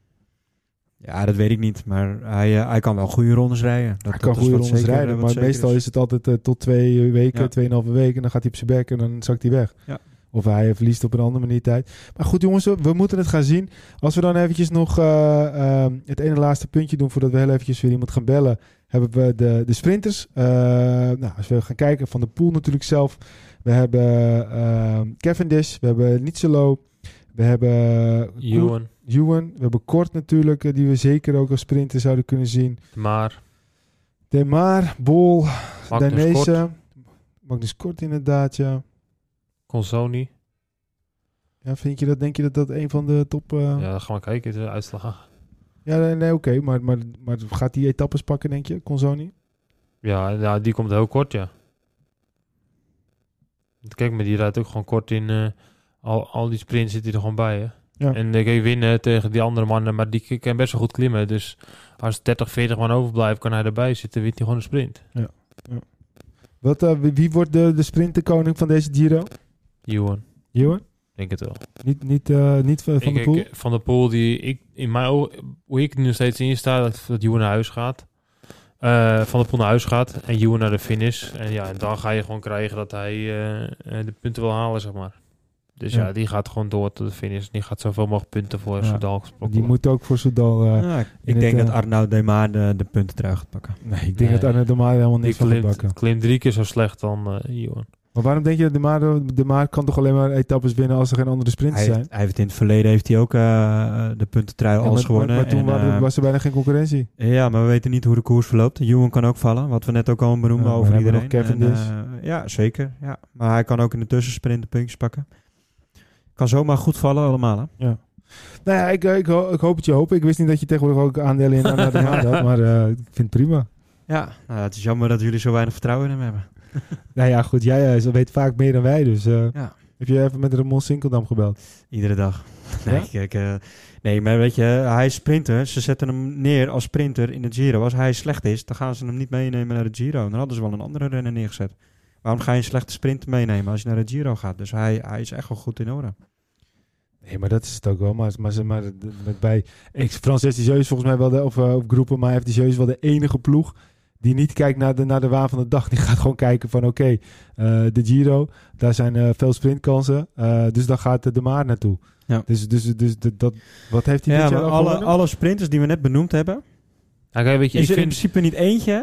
Ja, dat weet ik niet. Maar hij kan wel goede rondes rijden. Hij kan goede rondes rijden, maar meestal is het altijd tot 2 weken, 2,5 weken. En dan gaat hij op zijn bek en dan zakt hij weg. Ja. Of hij verliest op een andere manier tijd. Maar goed jongens, we moeten het gaan zien. Als we dan eventjes nog het ene laatste puntje doen voordat we heel eventjes weer iemand gaan bellen, hebben we de sprinters. Als we gaan kijken, Van der Poel natuurlijk zelf. We hebben Cavendish, we hebben Nietzelo, we hebben Ewan, we hebben Kort natuurlijk, die we zeker ook als sprinter zouden kunnen zien. De Maar, Bol, Dainese, Magnus Kort inderdaad, ja. Consoni. Ja, denk je dat een van de top... Ja, dan gaan we kijken, de uitslagen. Ja, nee, oké. Maar gaat die etappes pakken, denk je, Consoni? Ja, die komt heel kort, ja. Kijk, maar die rijdt ook gewoon kort in... al die sprints zit hij er gewoon bij, hè. Ja. En dan kan je winnen tegen die andere mannen, maar die kan best wel goed klimmen. Dus als 30, 40 man overblijft, kan hij erbij zitten, wint hij gewoon een sprint. Ja. Wie wordt de sprinterkoning van deze Giro? Ewan? Denk het wel. Niet Van der Poel? Van der Poel, hoe ik nu nog steeds in sta, dat Ewan naar huis gaat. Van der Poel naar huis gaat en Ewan naar de finish. En dan ga je gewoon krijgen dat hij de punten wil halen, zeg maar. Dus die gaat gewoon door tot de finish. Die gaat zoveel mogelijk punten voor Soudal gesproken. Die moet ook voor Soudal... ik denk dat Arnaud Démare de punten eruit gaat pakken. Nee, ik denk dat Arnaud Démare helemaal niks van gaat pakken. Klim 3 keer zo slecht dan Ewan. Maar waarom denk je dat de Maar kan toch alleen maar etappes winnen als er geen andere sprinters zijn? Hij heeft in het verleden heeft hij ook de puntentrui alles gewonnen. Maar toen was er bijna geen concurrentie. Ja, maar we weten niet hoe de koers verloopt. Ewan kan ook vallen, wat we net ook al benoemden over iedereen. Ja, zeker. Ja. Maar hij kan ook in de tussensprint de puntjes pakken. Kan zomaar goed vallen allemaal. Hè? Ja. Nou ja, ik hoop het je hopen. Ik wist niet dat je tegenwoordig ook aandelen in Anna de Maar had, maar ik vind het prima. Ja, nou, het is jammer dat jullie zo weinig vertrouwen in hem hebben. Nou ja, goed. Jij weet vaak meer dan wij, dus heb je even met Ramon Sinkeldam gebeld? Iedere dag. Ja? Nee, maar weet je, hij is sprinter. Ze zetten hem neer als sprinter in de Giro. Als hij slecht is, dan gaan ze hem niet meenemen naar de Giro. Dan hadden ze wel een andere renner neergezet. Waarom ga je een slechte sprinter meenemen als je naar de Giro gaat? Dus hij is echt wel goed in orde. Nee, maar dat is het ook wel. Maar bij Frans is volgens mij wel of groepen, maar heeft hij wel de enige ploeg die niet kijkt naar de waan van de dag. Die gaat gewoon kijken van oké, de Giro, daar zijn veel sprintkansen. Dus daar gaat de Maar naartoe. Ja. Dus wat heeft hij dit jaar al gewonnen? Alle sprinters die we net benoemd hebben, weet je, is er in principe niet eentje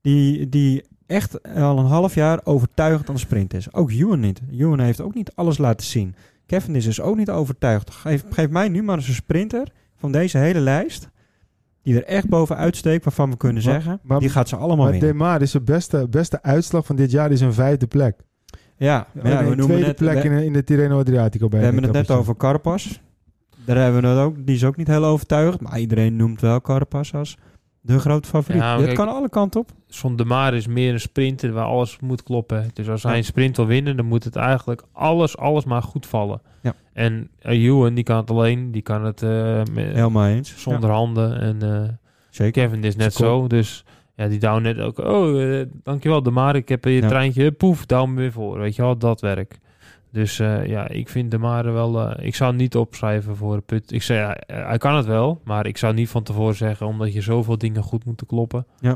die echt al een half jaar overtuigend aan de sprint is. Ook Ewan niet. Ewan heeft ook niet alles laten zien. Cavendish is ook niet overtuigd. Geef mij nu maar eens een sprinter van deze hele lijst die er echt bovenuit steekt, waarvan we kunnen zeggen, die gaat ze allemaal winnen. Maar De Maar is de beste uitslag van dit jaar, is een 5e plek. Ja, we noemen net plek in de Tirreno Adriatico. We hebben het net over Carapaz. Daar hebben we het ook. Die is ook niet heel overtuigd, maar iedereen noemt wel Carapaz als de grote favoriet. Ja, dat kan alle kanten op. Zo'n De Maar is meer een sprinter waar alles moet kloppen. Dus als hij een sprint wil winnen, dan moet het eigenlijk alles maar goed vallen. Ja. En Ewan, die kan het alleen. Die kan het helemaal eens. Zonder handen. En Kevin is net zo. Dus ja, die douwen net ook. Dankjewel De Maar. Ik heb je treintje. Poef, douw me weer voor. Weet je wel, dat werk. Dus ik vind De Maar wel... ik zou niet opschrijven voor Put. Ik zei, hij kan het wel, maar ik zou niet van tevoren zeggen, omdat je zoveel dingen goed moet kloppen. Ja.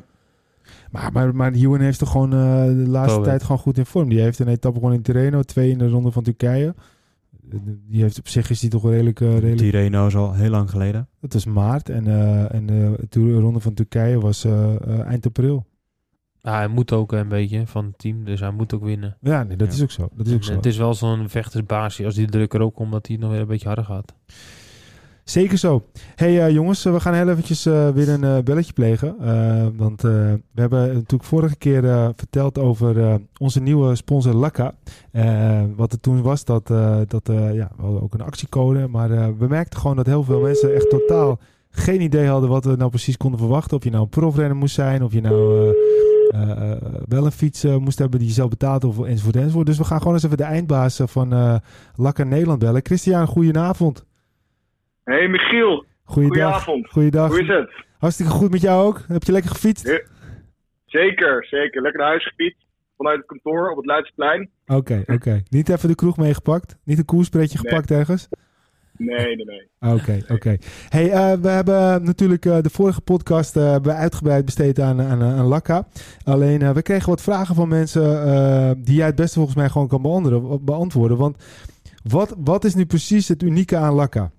Maar Ewan heeft toch gewoon de laatste tijd gewoon goed in vorm. Die heeft een etappe gewoon in Tirreno, 2 in de Ronde van Turkije. Die heeft op zich is die toch redelijk... Tirreno is al heel lang geleden. Dat is maart en de Ronde van Turkije was eind april. Ja, hij moet ook een beetje van het team, dus hij moet ook winnen. Ja, nee, dat is ook zo. Het is wel zo'n vechtersbaasje, als die druk er ook komt, dat hij nog weer een beetje harder gaat. Zeker zo. Hey jongens, we gaan heel eventjes weer een belletje plegen. Want we hebben natuurlijk vorige keer verteld over onze nieuwe sponsor Laka. Wat er toen was, we hadden ook een actiecode. Maar we merkten gewoon dat heel veel mensen echt totaal geen idee hadden wat we nou precies konden verwachten. Of je nou een profrenner moest zijn, of je nou... wel een fiets moest hebben die je zelf betaalt of enzovoort. Dus we gaan gewoon eens even de eindbaas van Laka Nederland bellen. Christian, goedenavond. Hey Michiel. Goedenavond. Hoe is het? Hartstikke goed met jou ook. Heb je lekker gefietst? Ja, zeker. Lekker naar huis gefietst. Vanuit het kantoor op het Leidseplein. Oké. Niet even de kroeg meegepakt? Niet een koerspretje gepakt ergens? Nee. Oké. Hey, we hebben natuurlijk de vorige podcast uitgebreid besteed aan Laka. Alleen, we kregen wat vragen van mensen die jij het beste volgens mij gewoon kan beantwoorden. Want wat is nu precies het unieke aan Laka?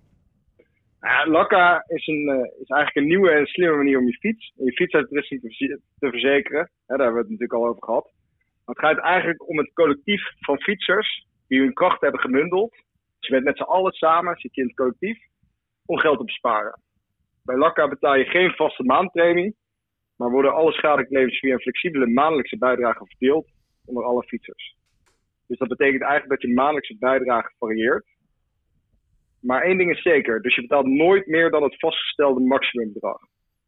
Laka is eigenlijk een nieuwe en slimme manier om je fietsuitrusting te verzekeren. Daar hebben we het natuurlijk al over gehad. Maar het gaat eigenlijk om het collectief van fietsers die hun krachten hebben gemundeld. Dus je bent met z'n allen samen, zit je in het collectief, om geld te besparen. Bij Laka betaal je geen vaste maandpremie, maar worden alle schadelijke levens via een flexibele maandelijkse bijdrage verdeeld onder alle fietsers. Dus dat betekent eigenlijk dat je maandelijkse bijdrage varieert. Maar één ding is zeker, dus je betaalt nooit meer dan het vastgestelde maximumbedrag.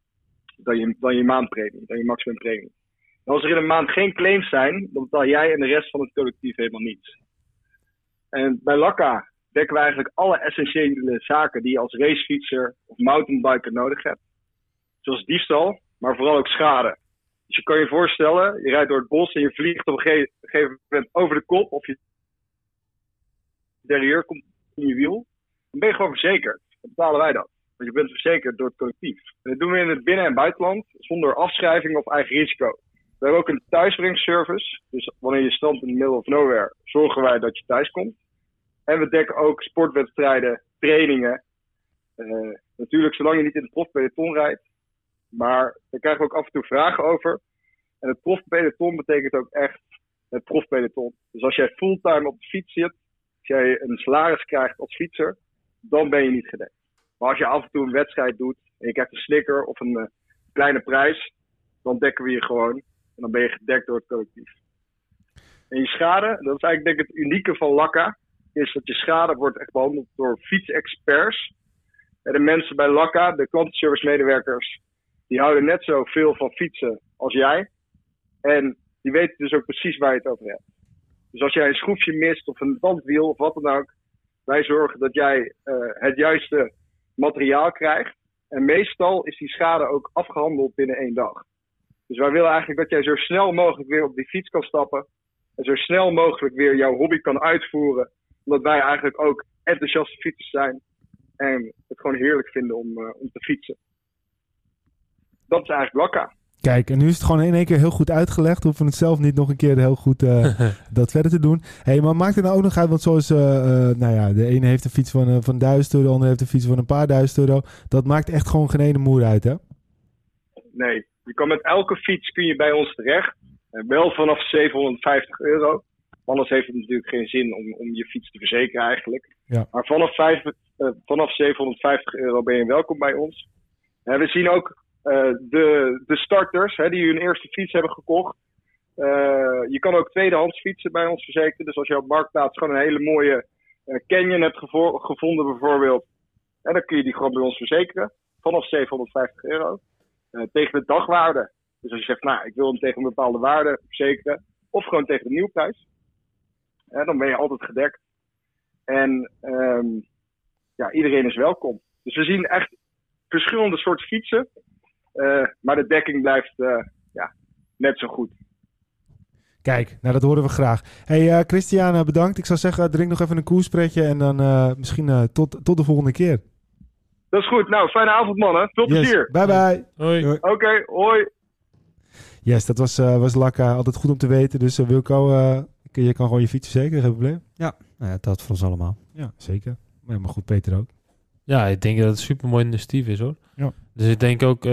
Dan je maandpremie, dan je maximumpremie. En als er in een maand geen claims zijn, dan betaal jij en de rest van het collectief helemaal niets. En bij Laka dekken we eigenlijk alle essentiële zaken die je als racefietser of mountainbiker nodig hebt. Zoals diefstal, maar vooral ook schade. Dus je kan je voorstellen, je rijdt door het bos en je vliegt op een gegeven moment over de kop of je derrière komt in je wiel. Dan ben je gewoon verzekerd. Dan betalen wij dat. Want je bent verzekerd door het collectief. En dat doen we in het binnen- en buitenland zonder afschrijving of eigen risico. We hebben ook een thuisbrengservice. Dus wanneer je strandt in the middle of nowhere, zorgen wij dat je thuis komt. En we dekken ook sportwedstrijden, trainingen. Natuurlijk zolang je niet in het profpeloton rijdt. Maar daar krijgen we ook af en toe vragen over. En het profpeloton betekent ook echt het profpeloton. Dus als jij fulltime op de fiets zit, als jij een salaris krijgt als fietser, dan ben je niet gedekt. Maar als je af en toe een wedstrijd doet en je krijgt een slikker of een kleine prijs, dan dekken we je gewoon. En dan ben je gedekt door het collectief. En je schade, dat is eigenlijk denk ik het unieke van LACA, is dat je schade wordt echt behandeld door fietsexperts. En de mensen bij LACA, de klantenservice medewerkers, die houden net zoveel van fietsen als jij. En die weten dus ook precies waar je het over hebt. Dus als jij een schroefje mist of een tandwiel of wat dan ook, wij zorgen dat jij het juiste materiaal krijgt. En meestal is die schade ook afgehandeld binnen 1 dag. Dus wij willen eigenlijk dat jij zo snel mogelijk weer op die fiets kan stappen. En zo snel mogelijk weer jouw hobby kan uitvoeren. Omdat wij eigenlijk ook enthousiaste fietsers zijn. En het gewoon heerlijk vinden om te fietsen. Dat is eigenlijk LACA. Kijk, en nu is het gewoon in één keer heel goed uitgelegd. Hoeven het zelf niet nog een keer heel goed dat verder te doen. Hey, maar maakt het nou ook nog uit? Want zoals, de ene heeft een fiets van €1000, de andere heeft een fiets van een paar €1000. Dat maakt echt gewoon geen ene moer uit, hè? Nee, je kan met elke fiets kun je bij ons terecht. Wel vanaf €750. Anders heeft het natuurlijk geen zin om je fiets te verzekeren eigenlijk. Ja. Maar vanaf €750 ben je welkom bij ons. We zien ook de starters die hun eerste fiets hebben gekocht. Je kan ook tweedehands fietsen bij ons verzekeren. Dus als je op Marktplaats gewoon een hele mooie Canyon hebt gevonden bijvoorbeeld. Dan kun je die gewoon bij ons verzekeren. Vanaf €750. Tegen de dagwaarde. Dus als je zegt, ik wil hem tegen een bepaalde waarde verzekeren. Of gewoon tegen de nieuwprijs. Dan ben je altijd gedekt. En iedereen is welkom. Dus we zien echt verschillende soorten fietsen. Maar de dekking blijft net zo goed. Kijk, dat horen we graag. Hey, Christian, bedankt. Ik zou zeggen, drink nog even een koerspretje en dan misschien tot de volgende keer. Dat is goed. Nou, fijne avond, mannen. Veel plezier. Bye bye. Hoi. Oké, hoi. Yes, dat was LACA. Altijd goed om te weten. Dus Wilco, je kan gewoon je fiets verzekeren, geen probleem. Ja, dat voor ons allemaal. Ja, zeker. Maar goed, Peter ook. Ja, ik denk dat het een super mooi initiatief is, hoor. Ja. Dus ik denk ook,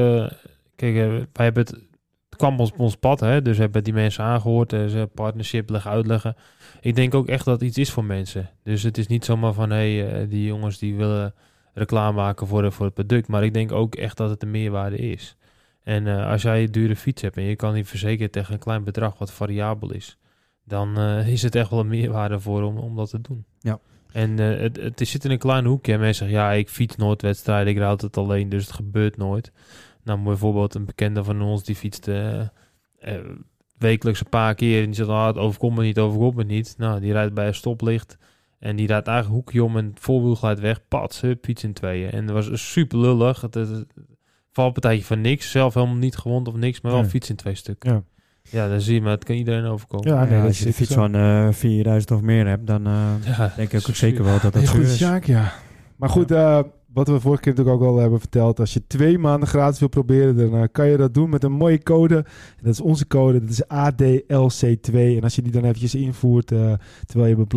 wij hebben het kwam op ons pad, hè? Dus we hebben die mensen aangehoord, ze partnership uitleggen. Ik denk ook echt dat het iets is voor mensen. Dus het is niet zomaar van, die jongens die willen reclame maken voor het product. Maar ik denk ook echt dat het een meerwaarde is. En als jij een dure fiets hebt en je kan die verzekeren tegen een klein bedrag wat variabel is, dan is het echt wel een meerwaarde voor om dat te doen. Ja. En het zit in een klein hoekje. En mensen zeggen, ik fiets nooit wedstrijden, ik rijd altijd alleen, dus het gebeurt nooit. Nou, bijvoorbeeld een bekende van ons, die fietst wekelijks een paar keer en die zegt, het overkomt me niet. Nou, die rijdt bij een stoplicht en die rijdt eigenlijk hoekje om en het voorwiel glijdt weg, pats, fiets in tweeën. En dat was super lullig. Het valpartijtje van niks, zelf helemaal niet gewond of niks, maar wel fiets in 2 stukken. Ja, dan zie je, maar het kan iedereen overkomen. Ja, als je de fiets van 4000 of meer hebt, dan denk ik ook zeker wel dat goed is. Zaak, ja. Maar goed, wat we vorige keer natuurlijk ook al hebben verteld, als je 2 maanden gratis wil proberen, dan kan je dat doen met een mooie code. En dat is onze code, dat is ADLC2. En als je die dan eventjes invoert, terwijl je bij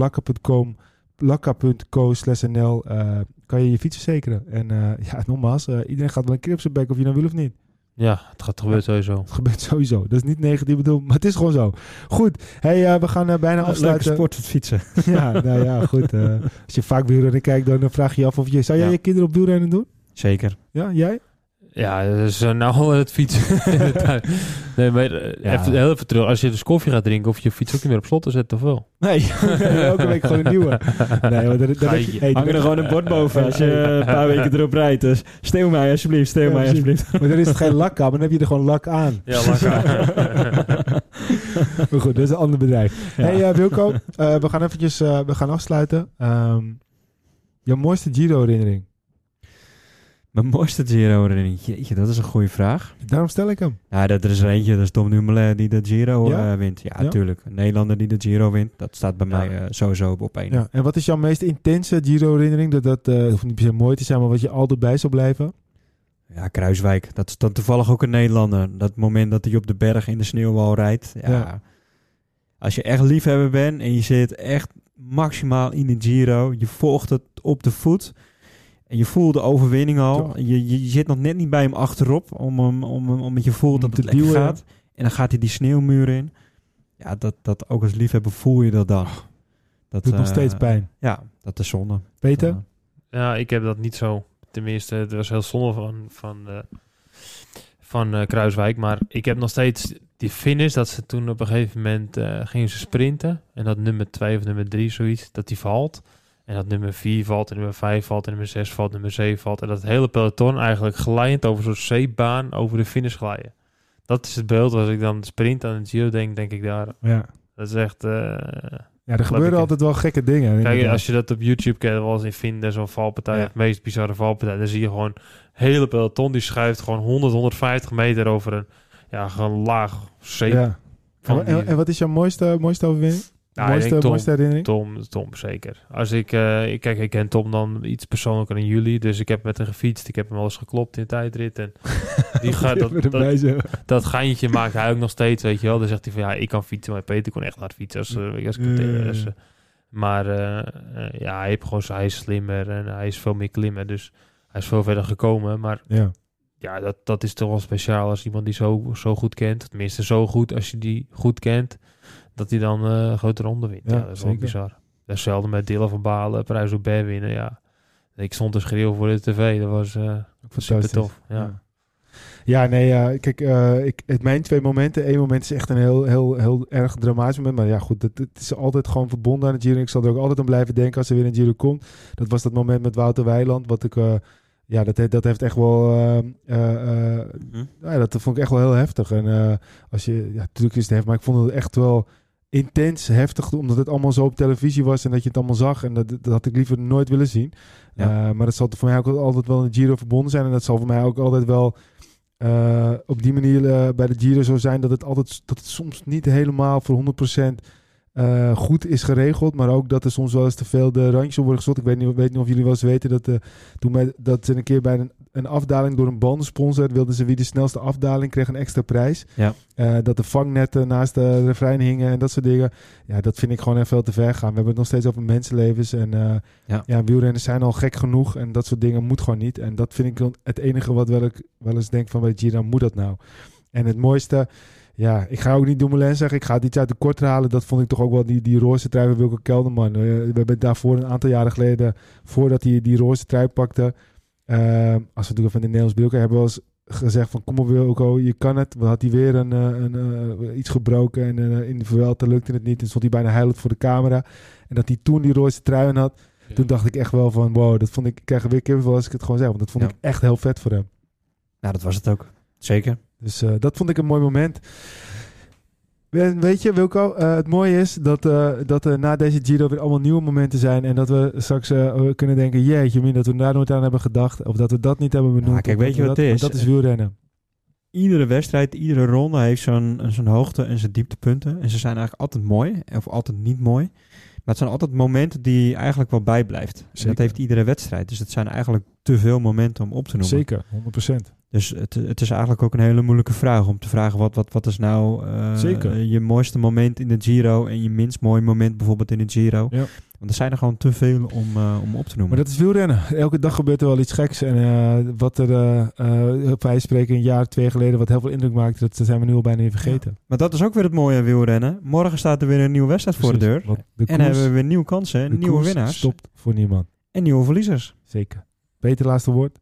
blakka.co/nl kan je fiets verzekeren. En nogmaals, iedereen gaat wel een keer op zijn bek of je nou wil of niet. Ja, het gebeurt sowieso. Het gebeurt sowieso. Dat is niet negatief bedoeld, maar het is gewoon zo. Goed, we gaan bijna afsluiten. Leuke sport, het fietsen. Ja, goed. Als je vaak wielrennen kijkt, dan vraag je je af of zou jij je kinderen op wielrennen doen? Zeker. Ja, jij? Ja, dat is nou het fietsen. Nee, maar heel even terug. Als je dus koffie gaat drinken, of je fiets ook niet meer op slot te zetten, of wel? Nee, elke week gewoon een nieuwe. Nee, maar hang er gewoon een bord boven als je een paar weken erop rijdt. Dus steeuw mij alsjeblieft. Maar dan is het geen lak aan, maar dan heb je er gewoon lak aan. Ja, lak aan. Maar goed, dat is een ander bedrijf. Ja. Hey Wilco, we gaan afsluiten. Jouw mooiste Giro-herinnering? Mijn mooiste Giro-herinnering? Jeetje, dat is een goede vraag. Daarom stel ik hem. Ja, er is er eentje, dat is Tom Dumoulin die de Giro wint. Ja, natuurlijk. Een Nederlander die de Giro wint, dat staat bij mij sowieso op 1. Ja. En wat is jouw meest intense Giro-herinnering? Dat hoeft niet per se mooi te zijn, maar wat je altijd bij zal blijven? Ja, Kruiswijk. Dat is dan toevallig ook een Nederlander. Dat moment dat hij op de berg in de sneeuwwal rijdt. Ja. Als je echt liefhebber bent en je zit echt maximaal in de Giro, je volgt het op de voet en je voelt de overwinning al. Je zit nog net niet bij hem achterop om met je voelt dat het lekker gaat. En dan gaat hij die sneeuwmuur in. ja, dat ook als liefhebber voel je dat dan. Dat Doet nog steeds pijn. Ja, dat is zonde. Peter? Ja, ik heb dat niet zo. Tenminste, het was heel zonde van Kruiswijk. Maar ik heb nog steeds die finish dat ze toen op een gegeven moment gingen ze sprinten. En dat nummer 2 of nummer 3 zoiets, dat die valt. En dat nummer 4 valt, en nummer 5 valt, en nummer 6 valt, nummer 7 valt. En dat hele peloton eigenlijk glijdend over zo'n zeepbaan over de finish glijden. Dat is het beeld. Als ik dan sprint aan het Giro denk ik daar. Ja. Dat is echt... Ja, er gebeuren altijd wel gekke dingen. Kijk, als je dat op YouTube kijkt, wel eens in vinden, zo'n valpartij, het meest bizarre valpartij, dan zie je gewoon hele peloton die schuift gewoon 150 meter over een laag zeep. Ja. En wat is jouw mooiste overwinning? Mooiste herinnering? Tom, zeker. Als ik ken Tom dan iets persoonlijker in juli, dus ik heb met hem gefietst. Ik heb hem wel eens geklopt in de tijdrit. En die gaat dat geintje maakt hij ook nog steeds, weet je wel. Dan zegt hij van, ik kan fietsen, maar Peter kon echt hard fietsen. Maar hij is slimmer en hij is veel meer klimmen. Dus hij is veel verder gekomen. Maar dat is toch wel speciaal als iemand die zo goed kent. Tenminste, zo goed als je die goed kent, dat hij dan een grote ronde wint. Ja, dat is wel bizar. Dat is zelden met Dylan van Baarle, Parijs-Roubaix winnen, ja. Ik stond te schreeuwen voor de tv. Dat was super tof. Ja, nee, kijk, mijn 2 momenten. 1 moment is echt een heel erg dramatisch moment. Maar ja, goed, het is altijd gewoon verbonden aan het Giro. Ik zal er ook altijd aan blijven denken als er weer een Giro komt. Dat was dat moment met Wouter Weiland. Wat ik, dat heeft echt wel... dat vond ik echt wel heel heftig. En natuurlijk is het heftig, maar ik vond het echt wel intens heftig, omdat het allemaal zo op televisie was en dat je het allemaal zag. En dat had ik liever nooit willen zien. Ja. Maar dat zal voor mij ook altijd wel een Giro verbonden zijn. En dat zal voor mij ook altijd wel op die manier bij de Giro zo zijn dat het soms niet helemaal voor 100% goed is geregeld. Maar ook dat er soms wel eens te veel de randjes op worden gezocht. Ik weet niet of jullie wel eens weten dat ze een keer bij een afdaling door een bandensponsor wilden ze wie de snelste afdaling kreeg een extra prijs. Ja. Dat de vangnetten naast de refrein hingen en dat soort dingen. Ja, dat vind ik gewoon even veel te ver gaan. We hebben het nog steeds over mensenlevens. En wielrenners zijn al gek genoeg. En dat soort dingen moet gewoon niet. En dat vind ik het enige wat ik wel eens denk van bij Giro, moet dat nou? En het mooiste... Ja, ik ga ook niet Dumoulin zeggen. Ik ga het iets uit de kort halen. Dat vond ik toch ook wel die roze trui van Wilco Kelderman. We hebben daarvoor een aantal jaren geleden, voordat hij die roze trui pakte, als we het over de Nederlands beeld hebben we wel eens gezegd van kom op Wilco, je kan het. Dan had hij weer iets gebroken en in de Vuelta lukte het niet. En stond hij bijna huilend voor de camera. En dat hij toen die roze trui aan had, toen dacht ik echt wel van wow, dat vond ik krijg weer kippenvel als ik het gewoon zeg. Want dat vond ik echt heel vet voor hem. Nou, dat was het ook. Zeker. Dus dat vond ik een mooi moment. Weet je, Wilco, het mooie is dat na deze Giro weer allemaal nieuwe momenten zijn. En dat we straks kunnen denken, jeetje, dat we daar nooit aan hebben gedacht. Of dat we dat niet hebben benoemd. Kijk, weet je wat het is? Dat is wielrennen. Iedere wedstrijd, iedere ronde heeft zo'n hoogte en zijn dieptepunten. En ze zijn eigenlijk altijd mooi, of altijd niet mooi. Maar het zijn altijd momenten die eigenlijk wel bijblijft. En dat heeft iedere wedstrijd. Dus het zijn eigenlijk te veel momenten om op te noemen. Zeker, 100%. Dus het is eigenlijk ook een hele moeilijke vraag om te vragen wat is nou je mooiste moment in de Giro en je minst mooi moment bijvoorbeeld in de Giro. Ja. Want er zijn er gewoon te veel om op te noemen. Maar dat is wielrennen. Elke dag gebeurt er wel iets geks. En wat er wij spreken een jaar, 2 geleden wat heel veel indruk maakte, dat zijn we nu al bijna even vergeten. Ja. Maar dat is ook weer het mooie aan wielrennen. Morgen staat er weer een nieuwe wedstrijd voor de deur. En dan hebben we weer nieuwe kansen, nieuwe winnaars. Stopt voor niemand. En nieuwe verliezers. Zeker. Peter, laatste woord.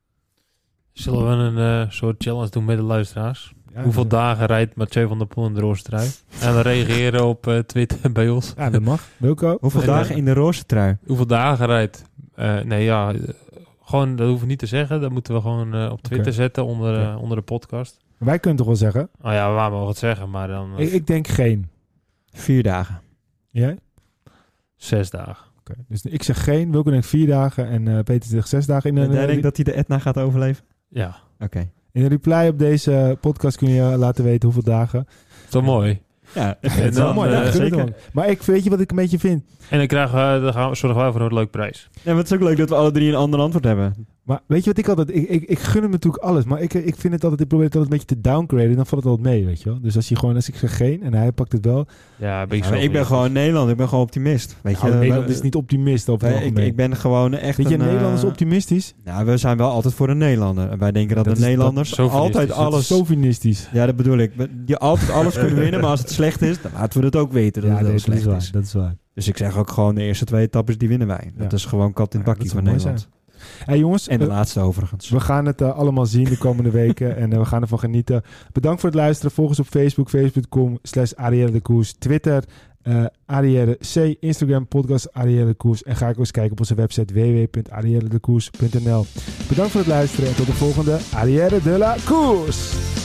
Zullen we een soort challenge doen met de luisteraars? Ja, hoeveel dagen rijdt Mathieu van der Poel in de roze trui? En dan reageren op Twitter bij ons. Ja, dat mag. Wilco? Hoeveel dagen in de roze trui? Hoeveel dagen rijdt? Gewoon, dat hoeven we niet te zeggen. Dat moeten we gewoon op Twitter zetten onder de podcast. Wij kunnen toch wel zeggen? Oh ja, we mogen het zeggen, maar dan... Ik denk geen. 4 dagen. Jij? 6 dagen. Okay. Dus ik zeg geen, Wilco denkt 4 dagen en Peter zegt 6 dagen. En jij denkt dat hij de Etna gaat overleven? Ja. Oké. In een reply op deze podcast kun je laten weten hoeveel dagen. Zo mooi. Ja, het is wel mooi. Zeker. Maar weet je wat ik een beetje vind? En dan zorgen wij voor een leuk prijs. Ja, maar het is ook leuk dat we alle 3 een ander antwoord hebben. Maar weet je wat ik altijd... Ik gun hem natuurlijk alles. Maar ik vind het altijd... Ik probeer het altijd een beetje te downgraden. Dan valt het altijd mee, weet je wel. Dus als ik zeg geen en hij pakt het wel... Ja, ik ben gewoon Nederlander. Ik ben gewoon optimist. Weet je, Nederland is niet optimist over het algemeen. Ik ben gewoon echt Weet je, Nederland is optimistisch? Nou, we zijn wel altijd voor de Nederlander. En wij denken dat de Nederlanders altijd alles... Sovinistisch. Ja, dat bedoel ik. Je altijd alles kunnen winnen. Maar als het slecht is, dan laten we het ook weten dat het slecht is. Dat is waar. Dus ik zeg ook gewoon de eerste 2 etappes, die winnen wij. Dat is gewoon kat in het bakkie van Nederland. Hey jongens, en de laatste overigens. We gaan het allemaal zien de komende weken en we gaan ervan genieten. Bedankt voor het luisteren. Volg ons op Facebook, facebook.com/Arrière de Koers, Twitter, Arrière C, Instagram, podcast Arrière de Koers. En ga ook eens kijken op onze website www.arrièredekoers.nl. Bedankt voor het luisteren en tot de volgende Arrière de la Koers.